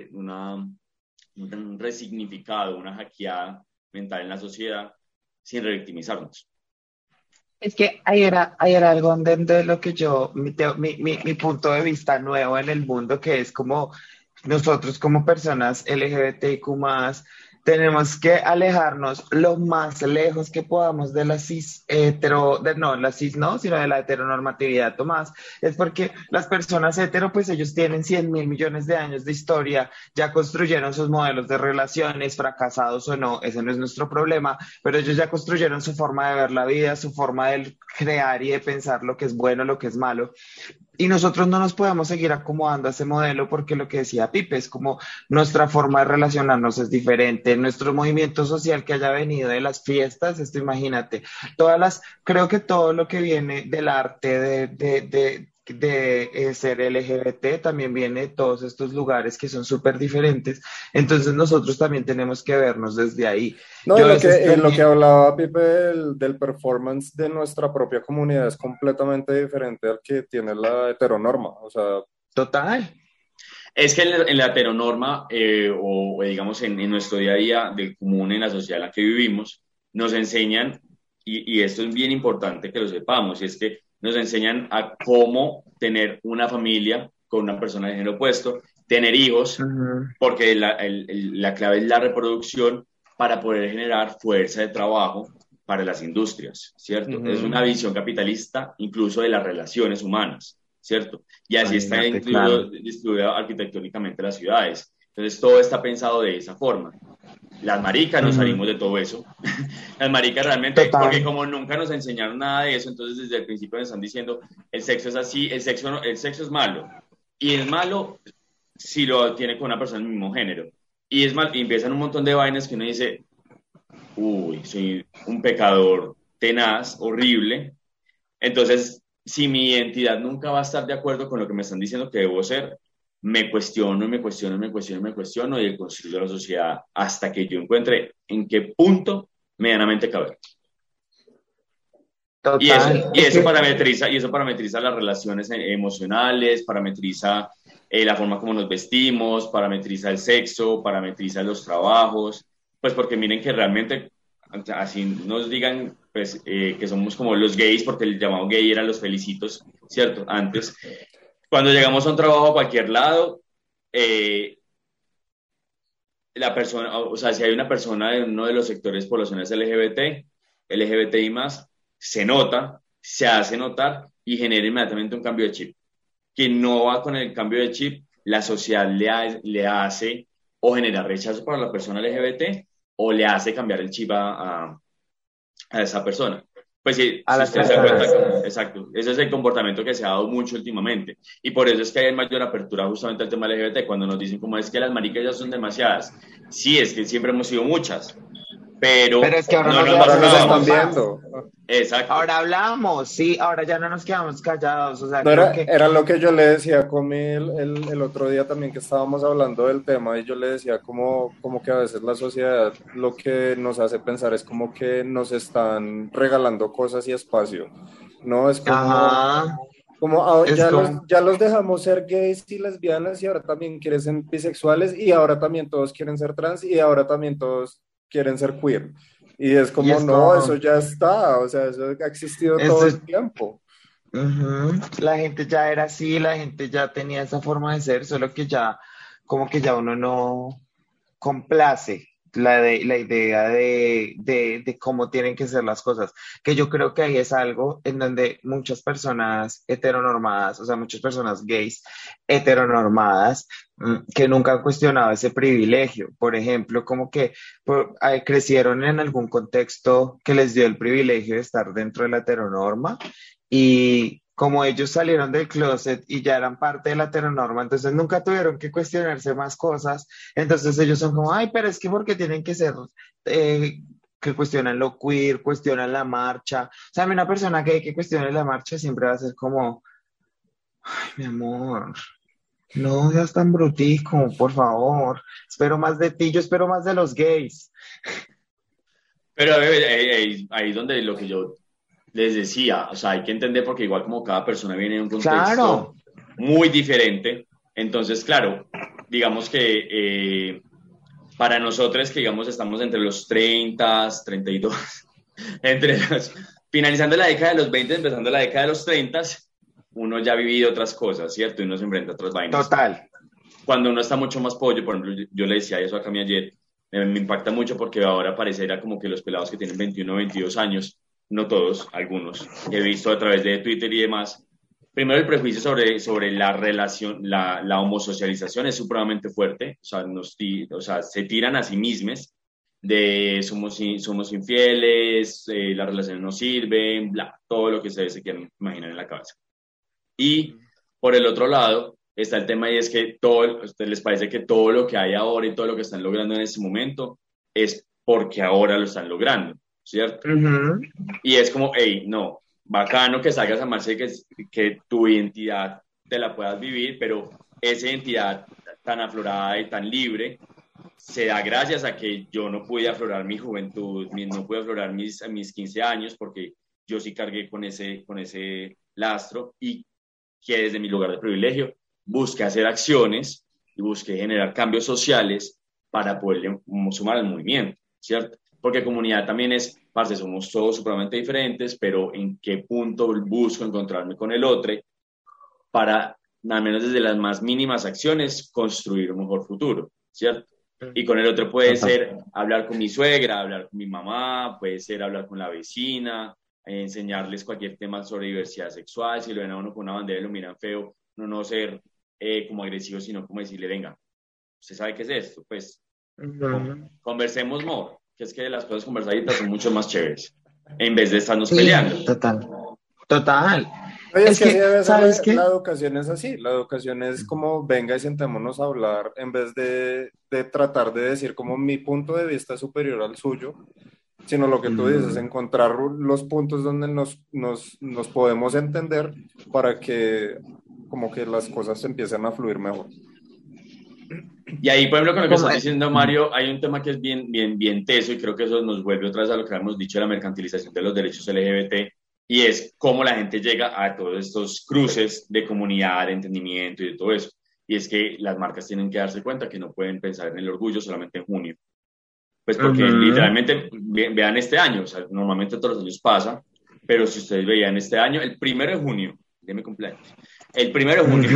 un resignificado, una hackeada mental en la sociedad sin revictimizarnos? Es que ahí era algo de lo que yo, mi punto de vista nuevo en el mundo, que es como nosotros como personas LGBTQ+, tenemos que alejarnos lo más lejos que podamos de la cis hetero, no, la cis no, sino de la heteronormatividad, Tomás. Es porque las personas hetero, pues ellos tienen 100.000 millones de años de historia, ya construyeron sus modelos de relaciones, fracasados o no, ese no es nuestro problema, pero ellos ya construyeron su forma de ver la vida, su forma de crear y de pensar lo que es bueno, lo que es malo. Y nosotros no nos podemos seguir acomodando a ese modelo porque lo que decía Pipe es como nuestra forma de relacionarnos es diferente, nuestro movimiento social que haya venido de las fiestas, esto imagínate, creo que todo lo que viene del arte de ser LGBT también viene de todos estos lugares que son súper diferentes, entonces nosotros también tenemos que vernos desde ahí. no, Yo a veces y lo que también, hablaba Pipe del performance de nuestra propia comunidad es completamente diferente al que tiene la heteronorma. O sea, total. Es que en la heteronorma, o digamos en nuestro día a día del común, en la sociedad en la que vivimos, nos enseñan, y esto es bien importante que lo sepamos, y es que nos enseñan a cómo tener una familia con una persona de género opuesto, tener hijos, Ujú, porque la clave es la reproducción para poder generar fuerza de trabajo para las industrias, ¿cierto? Es una ujú. visión capitalista incluso de las relaciones humanas, ¿cierto? Y así está imagínate, claro. incluido, distribuido arquitectónicamente las ciudades. Entonces, todo está pensado de esa forma. Las maricas nos Ujú, salimos de todo eso. Las maricas realmente, porque total. como nunca nos enseñaron nada de eso, entonces desde el principio nos están diciendo, el sexo es así, el sexo es malo. Y es malo si lo tiene con una persona del mismo género. Y es mal, y empiezan un montón de vainas que uno dice, uy, soy un pecador tenaz, horrible. Entonces, si mi identidad nunca va a estar de acuerdo con lo que me están diciendo que debo ser, me cuestiono, me cuestiono, me cuestiono, me cuestiono y construyo la sociedad hasta que yo encuentre en qué punto medianamente caber. Y eso, Total, y es eso que parametriza, y eso parametriza las relaciones emocionales, parametriza la forma como nos vestimos, parametriza el sexo, parametriza los trabajos, pues porque miren que realmente, así nos digan pues, que somos como los gays, porque el llamado gay eran los felicitos, ¿cierto? Antes, cuando llegamos a un trabajo a cualquier lado, eh, la persona, o sea, si hay una persona en uno de los sectores poblacionales LGBT, LGBTI más, se nota, se hace notar y genera inmediatamente un cambio de chip. Quien no va con el cambio de chip, la sociedad le hace o generar rechazo para la persona LGBT o le hace cambiar el chip a esa persona. Pues sí, a si las ustedes se dan cuenta, personas. exacto, ese es el comportamiento que se ha dado mucho últimamente. Y por eso es que hay mayor apertura justamente al tema LGBT, cuando nos dicen como es que las maricas ya son demasiadas. Sí, es que siempre hemos sido muchas, Pero pero es que ahora no nos nos Ahora nos están debatimos mostrábamos. más. viendo. Exacto. Ahora hablamos, sí, ahora ya no nos quedamos callados. O sea, No creo era, que era lo que yo le decía a Comi el otro día también que estábamos hablando del tema y yo le decía como que a veces la sociedad lo que nos hace pensar es como que nos están regalando cosas y espacio, ¿no? Es como, ajá, Como Es como, ya los dejamos ser gays y lesbianas y ahora también quieren ser bisexuales y ahora también todos quieren ser trans y ahora también todos quieren ser queer. Y es y como, es no, eso como, ya está, o sea, eso ha existido todo eso, el tiempo. ujú, la gente ya era así, la gente ya tenía esa forma de ser, solo que ya, como que ya uno no complace la idea de cómo tienen que ser las cosas, que yo creo que ahí es algo en donde muchas personas heteronormadas, o sea, muchas personas gays heteronormadas, que nunca han cuestionado ese privilegio, por ejemplo, como que crecieron en algún contexto que les dio el privilegio de estar dentro de la heteronorma y como ellos salieron del closet y ya eran parte de la heteronorma, entonces nunca tuvieron que cuestionarse más cosas. Entonces ellos son como, ay, pero es que porque tienen que ser, que cuestionan lo queer, cuestionan la marcha. O sea, a mí una persona que cuestione la marcha siempre va a ser como, ay, mi amor, no seas tan brutico, por favor. Espero más de ti, yo espero más de los gays. Pero ahí es donde lo que yo les decía, o sea, hay que entender porque igual como cada persona viene de un contexto Claro. muy diferente, entonces, claro, digamos que para nosotros que digamos estamos entre los 30, 32, entre los, finalizando la década de los 20, empezando la década de los 30, uno ya ha vivido otras cosas, ¿cierto? Y uno se enfrenta a otras vainas. Total. Cuando uno está mucho más pollo, por ejemplo, yo le decía eso a Cami ayer, me impacta mucho porque ahora pareciera como que los pelados que tienen 21 22 años, no todos, algunos, he visto a través de Twitter y demás, primero el prejuicio sobre la relación, la homosocialización es supremamente fuerte, o sea, o sea, se tiran a sí mismos de somos infieles, las relaciones no sirven, bla, todo lo que ustedes se quieran imaginar en la cabeza. Y por el otro lado está el tema y es que todo, ¿a ustedes les parece que todo lo que hay ahora y todo lo que están logrando en este momento es porque ahora lo están logrando, ¿cierto? Ujú. Y es como, hey, no, bacano que salgas a marcha y que tu identidad te la puedas vivir, pero esa identidad tan aflorada y tan libre se da gracias a que yo no pude aflorar mi juventud, no pude aflorar mis 15 años porque yo sí cargué con ese lastro y que desde mi lugar de privilegio busqué hacer acciones y busqué generar cambios sociales para poderle sumar al movimiento, ¿cierto? Porque comunidad también es, parce, somos todos supremamente diferentes, pero en qué punto busco encontrarme con el otro para, al menos desde las más mínimas acciones, construir un mejor futuro, ¿cierto? Y con el otro puede Total. ser hablar con mi suegra, hablar con mi mamá, puede ser hablar con la vecina, enseñarles cualquier tema sobre diversidad sexual, si lo ven a uno con una bandera y lo miran feo, no ser como agresivo, sino como decirle, venga, ¿usted sabe qué es esto? Pues Ujú. conversemos more, que es que las cosas conversaditas son mucho más chéveres, en vez de estarnos peleando. Sí, total. Total. Oye, es Es que así que, debe ser ¿sabes la qué? educación es así, la educación es como venga y sentémonos a hablar en vez de tratar de decir como mi punto de vista es superior al suyo, sino lo que tú dices, Mm, encontrar los puntos donde nos podemos entender para que como que las cosas empiecen a fluir mejor. Y ahí, por ejemplo, con lo que como, estás diciendo, Mario, hay un tema que es bien teso y creo que eso nos vuelve otra vez a lo que hemos dicho de la mercantilización de los derechos LGBT y es cómo la gente llega a todos estos cruces de comunidad, de entendimiento y de todo eso. Y es que las marcas tienen que darse cuenta que no pueden pensar en el orgullo solamente en junio. Pues porque ujú. literalmente, vean este año, o sea, normalmente todos los años pasa, pero si ustedes veían este año, el 1 de junio de mi cumpleaños, el 1 de junio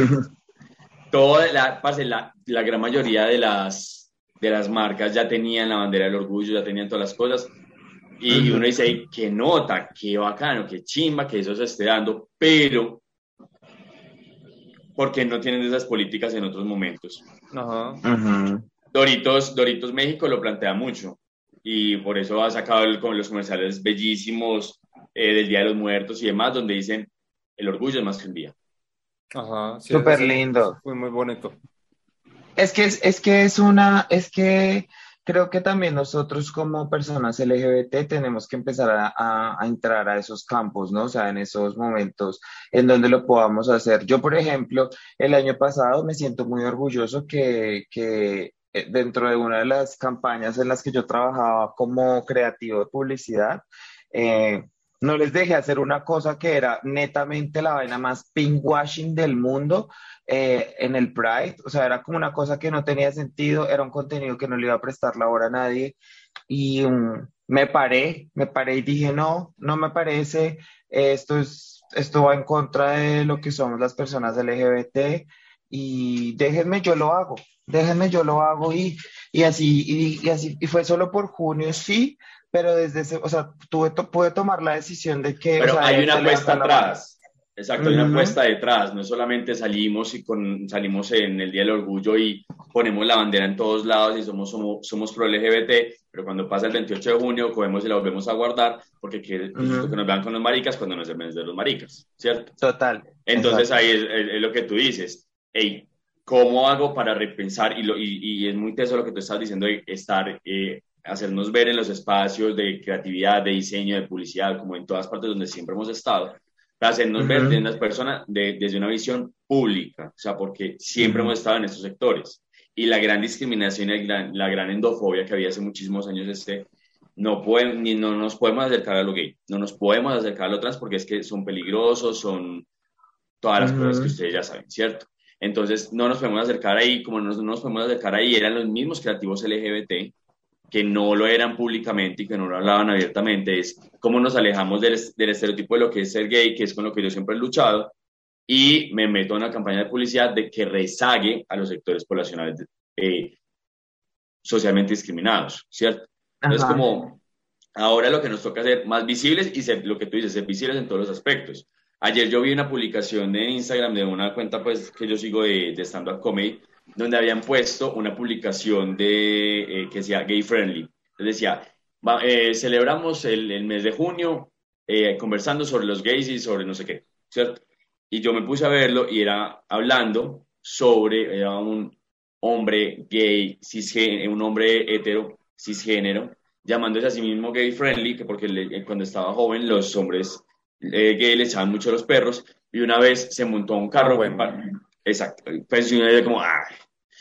la gran mayoría de las marcas ya tenían la bandera del orgullo, ya tenían todas las cosas. Y uno dice, Ujú. hey, qué nota, qué bacano, qué chimba que eso se esté dando, pero ¿por qué no tienen esas políticas en otros momentos? Ajá. Ujú. Doritos México lo plantea mucho y por eso ha sacado con los comerciales bellísimos del Día de los Muertos y demás, donde dicen, el orgullo es más que un día. Ajá, sí, Súper ese lindo. fue muy bonito. Es que creo que también nosotros como personas LGBT tenemos que empezar a entrar a esos campos, ¿no? O sea, en esos momentos en donde lo podamos hacer. Yo, por ejemplo, el año pasado me siento muy orgulloso que dentro de una de las campañas en las que yo trabajaba como creativo de publicidad, No les dejé hacer una cosa que era netamente la vaina más pinkwashing del mundo en el Pride. O sea, era como una cosa que no tenía sentido, era un contenido que no le iba a prestar la hora a nadie. Y me paré y dije, no, no me parece, esto va en contra de lo que somos las personas LGBT y déjenme, yo lo hago y fue solo por junio, sí, pero desde ese, o sea, pude tomar la decisión de que, o Pero sea, hay una se apuesta levanta la mano. atrás. Exacto, hay una Ujú, apuesta detrás. No solamente salimos salimos en el Día del Orgullo y ponemos la bandera en todos lados y somos pro LGBT, pero cuando pasa el 28 de junio cogemos y la volvemos a guardar porque qué susto que ujú, nos vean con los maricas cuando no es el mes de los maricas, ¿cierto? total, Entonces exacto. ahí es lo que tú dices. Hey, ¿cómo hago para repensar? Y es muy teso lo que tú estás diciendo de hacernos ver en los espacios de creatividad, de diseño, de publicidad, como en todas partes donde siempre hemos estado, para hacernos ver de Ujú, unas personas desde una visión pública, o sea, porque siempre ujú, hemos estado en estos sectores. Y la gran discriminación y la gran endofobia que había hace muchísimos años no nos podemos acercar a lo gay, no nos podemos acercar a lo trans porque es que son peligrosos, son todas las cosas que ujú, ustedes ya saben, ¿cierto? Entonces, no nos podemos acercar ahí, como no nos podemos acercar ahí, eran los mismos creativos LGBT que no lo eran públicamente y que no lo hablaban abiertamente, es cómo nos alejamos del estereotipo de lo que es ser gay, que es con lo que yo siempre he luchado, y me meto en una campaña de publicidad de que rezague a los sectores poblacionales eh, socialmente discriminados, ¿cierto? Entonces, ajá. como ahora lo que nos toca hacer más visibles y lo que tú dices, ser visibles en todos los aspectos. Ayer yo vi una publicación de Instagram de una cuenta pues que yo sigo de stand-up comedy, donde habían puesto una publicación que decía gay friendly. Entonces decía, celebramos el mes de junio conversando sobre los gays y sobre no sé qué, ¿cierto? Y yo me puse a verlo y era hablando era un hombre gay, cisgénero, un hombre hetero, cisgénero, llamándose a sí mismo gay friendly, que porque cuando estaba joven los hombres gay le echaban mucho a los perros, y una vez se montó a un Ah, carro, bueno. exacto, pues y uno dice como, ah,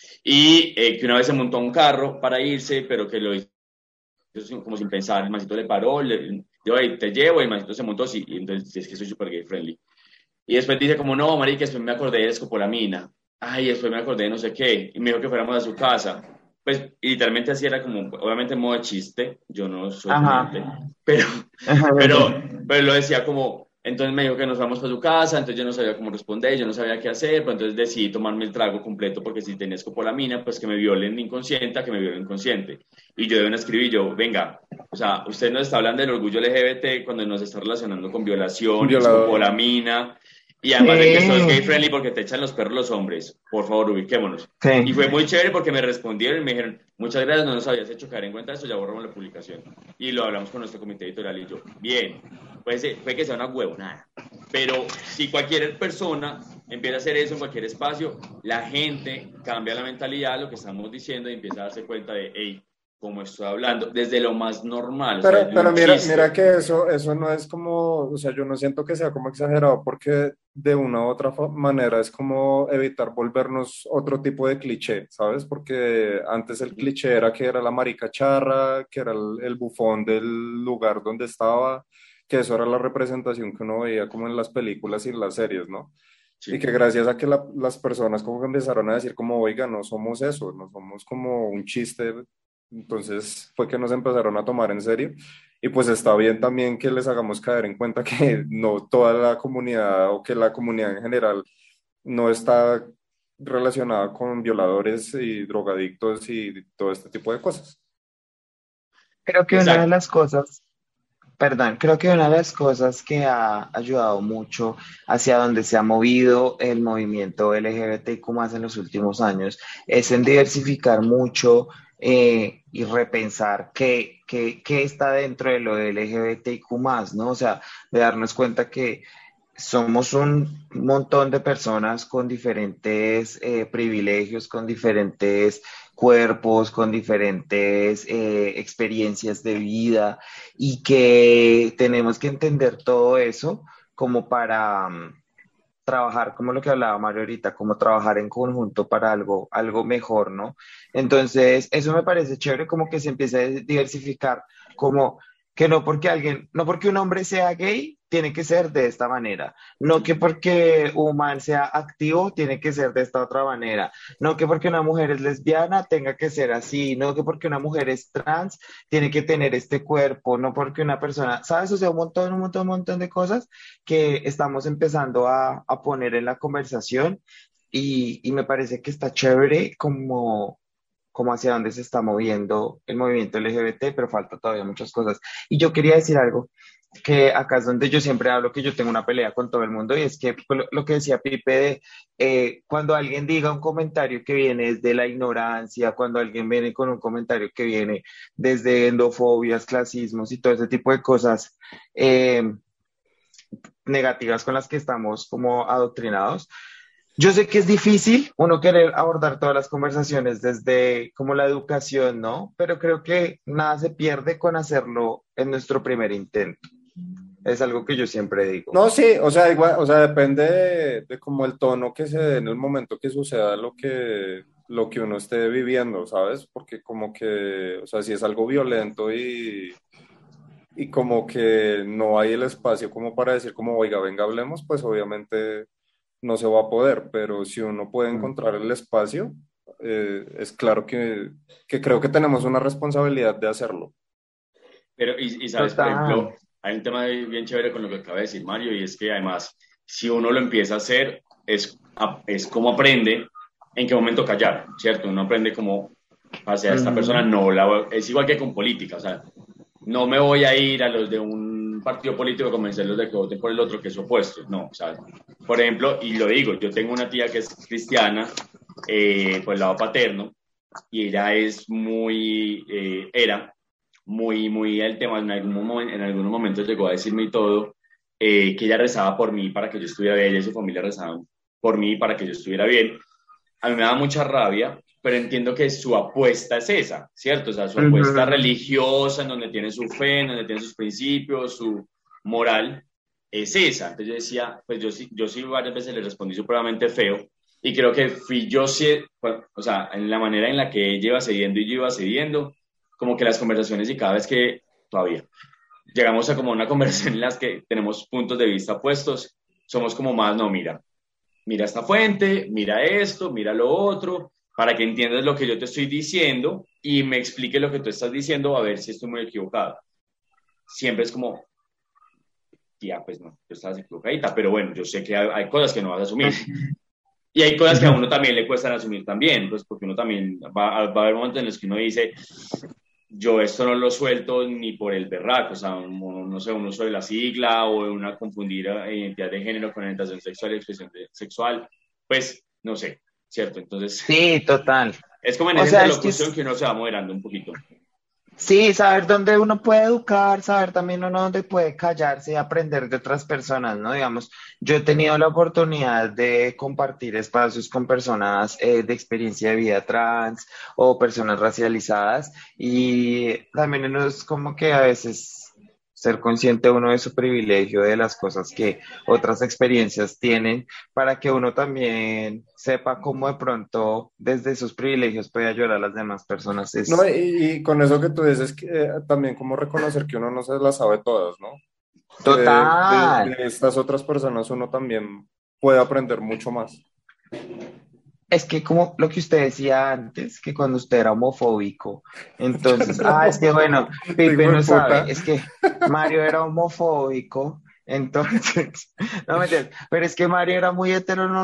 y que una vez se montó a un carro para irse, pero que lo hizo como sin pensar, el mancito le paró, le dijo, "Ey, te llevo", y el mancito se montó así, y entonces es que soy súper gay friendly. Y después dice como, no, marica, después me acordé de escopolamina. Ay, después me acordé de no sé qué. Y me dijo que fuéramos a su casa. Pues y literalmente así era como, obviamente en modo de chiste, yo no soy Ajá. comediante, pero, pero lo decía como, entonces me dijo que nos vamos para su casa, entonces yo no sabía cómo responder, yo no sabía qué hacer, pero entonces decidí tomarme el trago completo porque si tenía escopolamina, pues que me violen inconsciente, que me violen inconsciente. Y yo de una escribí yo, venga, o sea, usted nos está hablando del orgullo LGBT cuando nos está relacionando con Un violación, violador. escopolamina, y además de que esto es Sí, gay friendly porque te echan los perros los hombres. Por favor, ubiquémonos. sí. Y fue muy chévere porque me respondieron y me dijeron, muchas gracias, no nos habías hecho caer en cuenta de eso, ya borramos la publicación. Y lo hablamos con nuestro comité editorial y yo, bien, puede que sea una huevonada. Pero si cualquier persona empieza a hacer eso en cualquier espacio, la gente cambia la mentalidad, lo que estamos diciendo, y empieza a darse cuenta de, hey, como estoy hablando, desde lo más normal, o sea, desde Pero un mira chiste. que eso no es como, o sea, yo no siento que sea como exagerado porque de una u otra manera es como evitar volvernos otro tipo de cliché, ¿sabes? Porque antes el cliché era que era la marica charra, que era el bufón del lugar donde estaba, que eso era la representación que uno veía como en las películas y en las series, ¿no? Y Sí, que gracias a que las personas como que empezaron a decir como, oiga, no somos eso, no somos como un chiste, entonces fue que nos empezaron a tomar en serio. Y pues está bien también que les hagamos caer en cuenta que no toda la comunidad o que la comunidad en general no está relacionada con violadores y drogadictos y todo este tipo de cosas. Creo que una de exacto. las cosas, perdón, creo que una de las cosas que ha ayudado mucho hacia donde se ha movido el movimiento LGBTQ más en los últimos años es en diversificar mucho y repensar qué está dentro de lo LGBTQ más, ¿no? O sea, de darnos cuenta que somos un montón de personas con diferentes privilegios, con diferentes cuerpos, con diferentes experiencias de vida y que tenemos que entender todo eso como para trabajar, como lo que hablaba Mario ahorita, como trabajar en conjunto para algo mejor, ¿no? Entonces, eso me parece chévere, como que se empieza a diversificar, como que no porque un hombre sea gay, tiene que ser de esta manera. No que porque un man sea activo, tiene que ser de esta otra manera. No que porque una mujer es lesbiana, tenga que ser así. No que porque una mujer es trans, tiene que tener este cuerpo. No porque una persona, ¿sabes? O sea, un montón de cosas que estamos empezando a poner en la conversación y me parece que está chévere como hacia dónde se está moviendo el movimiento LGBT, pero falta todavía muchas cosas. Y yo quería decir algo, que acá es donde yo siempre hablo que yo tengo una pelea con todo el mundo, y es que lo que decía Pipe de cuando alguien diga un comentario que viene desde la ignorancia, cuando alguien viene con un comentario que viene desde endofobias, clasismos y todo ese tipo de cosas negativas con las que estamos como adoctrinados. Yo sé que es difícil uno querer abordar todas las conversaciones desde como la educación, ¿no? Pero creo que nada se pierde con hacerlo en nuestro primer intento. Es algo que yo siempre digo. No, sí, o sea, igual, o sea, depende de como el tono que se dé en el momento que suceda lo que uno esté viviendo, ¿sabes? Porque como que, o sea, si es algo violento y como que no hay el espacio como para decir como, oiga, venga, hablemos, pues obviamente no se va a poder, pero si uno puede Mm. encontrar el espacio, es claro que creo que tenemos una responsabilidad de hacerlo. Pero, y sabes, por Total. ejemplo, hay un tema bien chévere con lo que acaba de decir Mario, y es que además, si uno lo empieza a hacer, es como aprende en qué momento callar, ¿cierto? Uno aprende como, pase a esta persona, Ujú. no la, es igual que con política, o sea, no me voy a ir a los de un partido político a convencerlos de que voten por el otro que es opuesto, no, o sea, por ejemplo, y lo digo, yo tengo una tía que es cristiana, por el lado paterno, y ella es muy, era muy el tema, en algunos momentos llegó a decirme y todo, que ella rezaba por mí para que yo estuviera bien, ella y su familia rezaban por mí para que yo estuviera bien. A mí me da mucha rabia, pero entiendo que su apuesta es esa, ¿cierto? O sea, su apuesta Ujú. religiosa, en donde tiene su fe, en donde tiene sus principios, su moral, es esa. Entonces yo decía, pues yo sí varias veces le respondí supremamente feo, y creo que fui yo, sí, pues, o sea, en la manera en la que ella iba cediendo y yo iba cediendo, como que las conversaciones y cada vez que todavía llegamos a como una conversación en las que tenemos puntos de vista opuestos, somos como más, no, mira esta fuente, mira esto, mira lo otro, para que entiendas lo que yo te estoy diciendo y me explique lo que tú estás diciendo a ver si estoy muy equivocado. Siempre es como, tía, pues no, tú estás equivocadita, pero bueno, yo sé que hay cosas que no vas a asumir. Y hay cosas que a uno también le cuestan asumir también, pues porque uno también va a haber momentos en los que uno dice, yo esto no lo suelto ni por el berraco, o sea, no sé, uno sobre la sigla o una confundir identidad de género con orientación sexual y expresión sexual, pues no sé, ¿cierto? Entonces, Sí, total. es como en O esa sea, es que interlocución que uno se va moderando un poquito. sí, saber dónde uno puede educar, saber también uno dónde puede callarse y aprender de otras personas, ¿no? Digamos, yo he tenido la oportunidad de compartir espacios con personas de experiencia de vida trans o personas racializadas, y también uno es como que a veces ser consciente uno de su privilegio, de las cosas que otras experiencias tienen, para que uno también sepa cómo de pronto desde sus privilegios puede ayudar a las demás personas. No, Es y con eso que tú dices, que, también como reconocer que uno no se las sabe todas, ¿no? Que total. de estas otras personas uno también puede aprender mucho más. Es que como lo que usted decía antes, que cuando usted era homofóbico, Yo entonces, no, es que bueno, Pipe hijo de no sabe, puta. es que Mario era homofóbico, entonces, no me entiendes, pero es que Mario era muy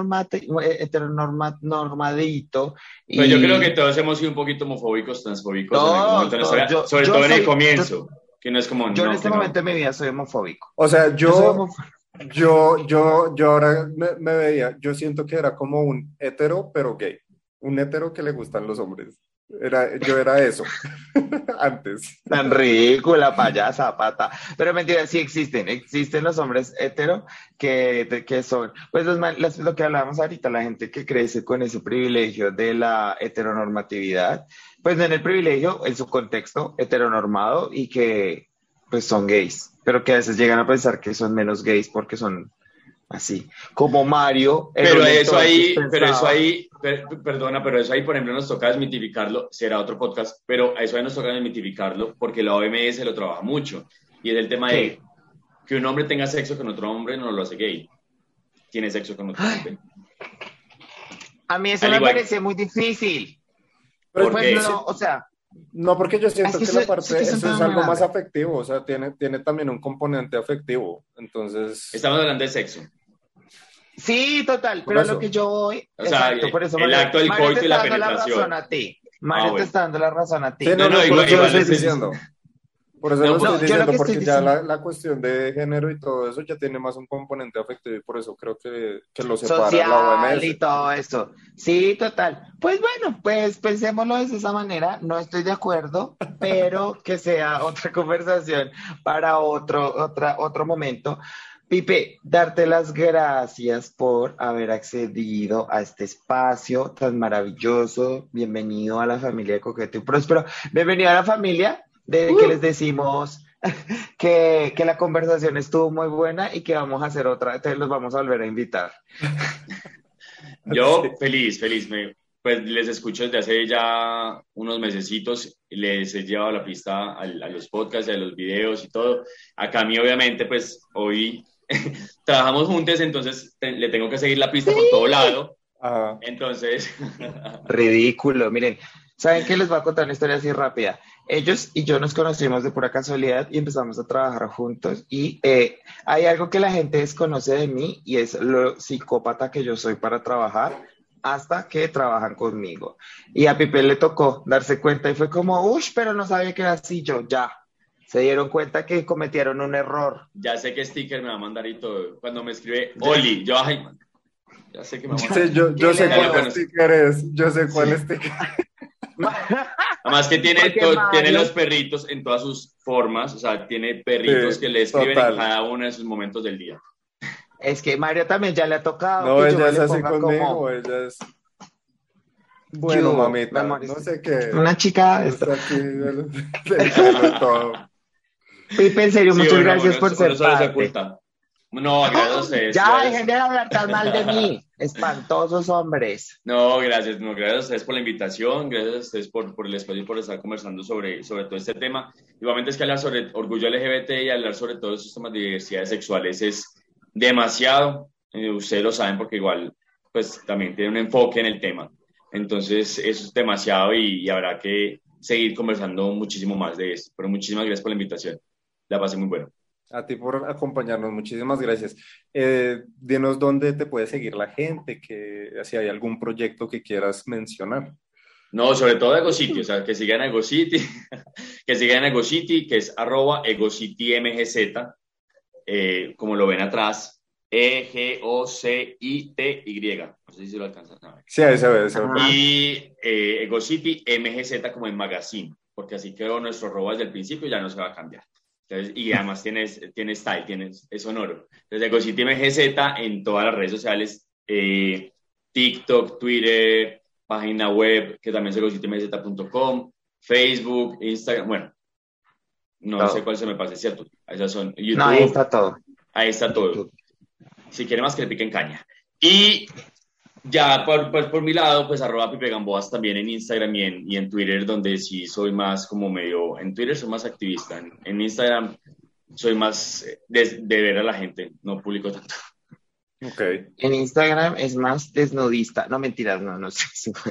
heteronormadito Pues yo creo que y todos hemos sido un poquito homofóbicos, transfóbicos en algún momento todos, de nuestra todos, vida, sobre todo en el comienzo, que no es como, yo en no, este que no. momento de mi vida soy homofóbico, O sea, yo soy homofóbico. yo ahora me veía, yo siento que era como un hetero, pero gay. Un hetero que le gustan los hombres. Yo era eso antes. Tan ridícula, payasa, pata. Pero mentira, sí existen los hombres hetero que son, pues lo que hablábamos ahorita, la gente que crece con ese privilegio de la heteronormatividad, pues en el privilegio, en su contexto heteronormado, y que pues son gays, pero que a veces llegan a pensar que son menos gays porque son así, como Mario. Pero eso ahí, perdona, pero eso ahí, por ejemplo, nos toca desmitificarlo, será otro podcast, pero a eso ahí nos toca desmitificarlo porque la OMS lo trabaja mucho, y es el tema de que un hombre tenga sexo con otro hombre no lo hace gay, tiene sexo con otro hombre. A mí eso me parece muy difícil. Pero pues no, o sea... No, porque yo siento que la parte, eso es algo más afectivo, o sea, tiene también un componente afectivo, entonces... Estamos hablando de sexo. Sí, total, pero lo que yo voy... O sea, exacto, por eso, el acto del coito y la penetración. Mario te está dando la razón a ti. Sí, no, igual lo estoy diciendo. Por eso lo estoy diciendo, porque ya la cuestión de género y todo eso ya tiene más un componente afectivo y por eso creo que lo separa social la OMS. Y todo eso. Sí, total. Pues bueno, pues pensémoslo de esa manera. No estoy de acuerdo, pero que sea otra conversación para otro momento. Pipe, darte las gracias por haber accedido a este espacio tan maravilloso. Bienvenido a la familia de Coqueto y Próspero. Bienvenido a la familia de que les decimos que la conversación estuvo muy buena y que vamos a hacer otra, entonces los vamos a volver a invitar. Yo feliz, pues les escucho desde hace ya unos mesecitos, les he llevado la pista a los podcasts, a los videos y todo. Acá a mí obviamente pues hoy trabajamos juntos, entonces le tengo que seguir la pista por todo lado. Entonces... Ridículo, miren. ¿Saben qué? Les voy a contar una historia así rápida. Ellos y yo nos conocimos de pura casualidad y empezamos a trabajar juntos y hay algo que la gente desconoce de mí y es lo psicópata que yo soy para trabajar hasta que trabajan conmigo. Y a Pipe le tocó darse cuenta y fue como, uff, pero no sabía que era así. Yo, ya. Se dieron cuenta que cometieron un error. Ya sé qué sticker me va a mandar y todo. Cuando me escribe Oli, yo, ay, man, ya sé que me va a mandar. Sí, yo sé cuál sticker es. Yo sé cuál sticker. Además que tiene los perritos en todas sus formas, o sea, tiene perritos que le escriben en cada uno de sus momentos del día. Es que Mario también ya le ha tocado. No, ella es así conmigo, ella es... Bueno, mamita, no sé qué. Una chica... todo. Pipe, en serio, muchas gracias por ser parte. No, gracias a ustedes. Ya, dejen de hablar tan mal de mí. Espantosos hombres. No, gracias a ustedes por la invitación, gracias a ustedes por el espacio y por estar conversando sobre todo este tema. Igualmente es que hablar sobre orgullo LGBT y hablar sobre todos estos temas de diversidades sexuales es demasiado. Ustedes lo saben porque igual pues también tiene un enfoque en el tema. Entonces eso es demasiado y habrá que seguir conversando muchísimo más de esto. Pero muchísimas gracias por la invitación. La pasé muy bueno. A ti por acompañarnos, muchísimas gracias. Dinos dónde te puede seguir la gente, si hay algún proyecto que quieras mencionar. No, sobre todo EgoCity, o sea, que sigan a EgoCity, que es @EgoCityMGZ, como lo ven atrás, EGOCITY, no sé si lo alcanzan a ver. Sí, ahí se ve. Y EgoCity MGZ como en magazine, porque así quedó nuestro arroba desde el principio y ya no se va a cambiar. Entonces, y además tiene style, es sonoro. Entonces, EgoCity MGZ en todas las redes sociales, TikTok, Twitter, página web, que también es egocitymgz.com, Facebook, Instagram, bueno, no sé cuál se me pase, ¿cierto? Esas son YouTube. No, ahí está todo. Ahí está todo. Si quiere más que le piquen caña. Y ya por mi lado, pues @pipegamboas también en Instagram y en Twitter, donde sí soy más como medio, en Twitter soy más activista, en Instagram soy más de ver a la gente, no publico tanto. Okay. En Instagram es más desnudista, no mentiras, no sé.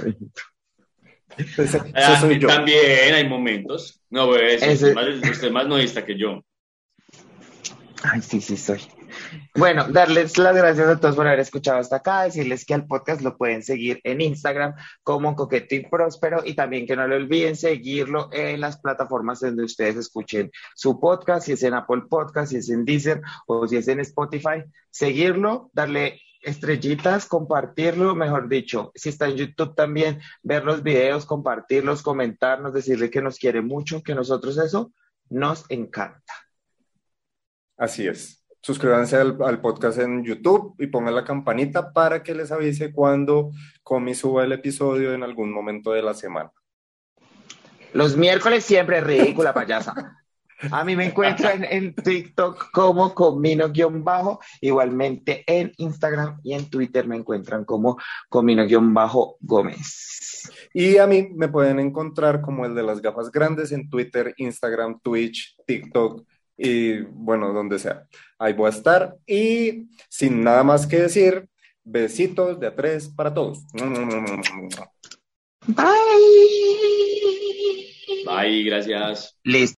Soy yo. También hay momentos, no, pues, usted es más nudista que yo. Ay, sí soy. Bueno, darles las gracias a todos por haber escuchado hasta acá, decirles que al podcast lo pueden seguir en Instagram como Coqueto y Próspero y también que no le olviden seguirlo en las plataformas donde ustedes escuchen su podcast, si es en Apple Podcast, si es en Deezer o si es en Spotify, seguirlo, darle estrellitas, compartirlo, mejor dicho, si está en YouTube también, ver los videos, compartirlos, comentarnos, decirle que nos quiere mucho, que nosotros eso nos encanta. Así es. Suscríbanse al podcast en YouTube y pongan la campanita para que les avise cuando Comi suba el episodio en algún momento de la semana. Los miércoles siempre, ridícula payasa. A mí me encuentran en TikTok como Comino-bajo, igualmente en Instagram y en Twitter me encuentran como Comino-Gómez. Y a mí me pueden encontrar como el de las gafas grandes en Twitter, Instagram, Twitch, TikTok y bueno, donde sea. Ahí voy a estar. Y sin nada más que decir, besitos de a tres para todos. Bye. Bye, gracias. Listo.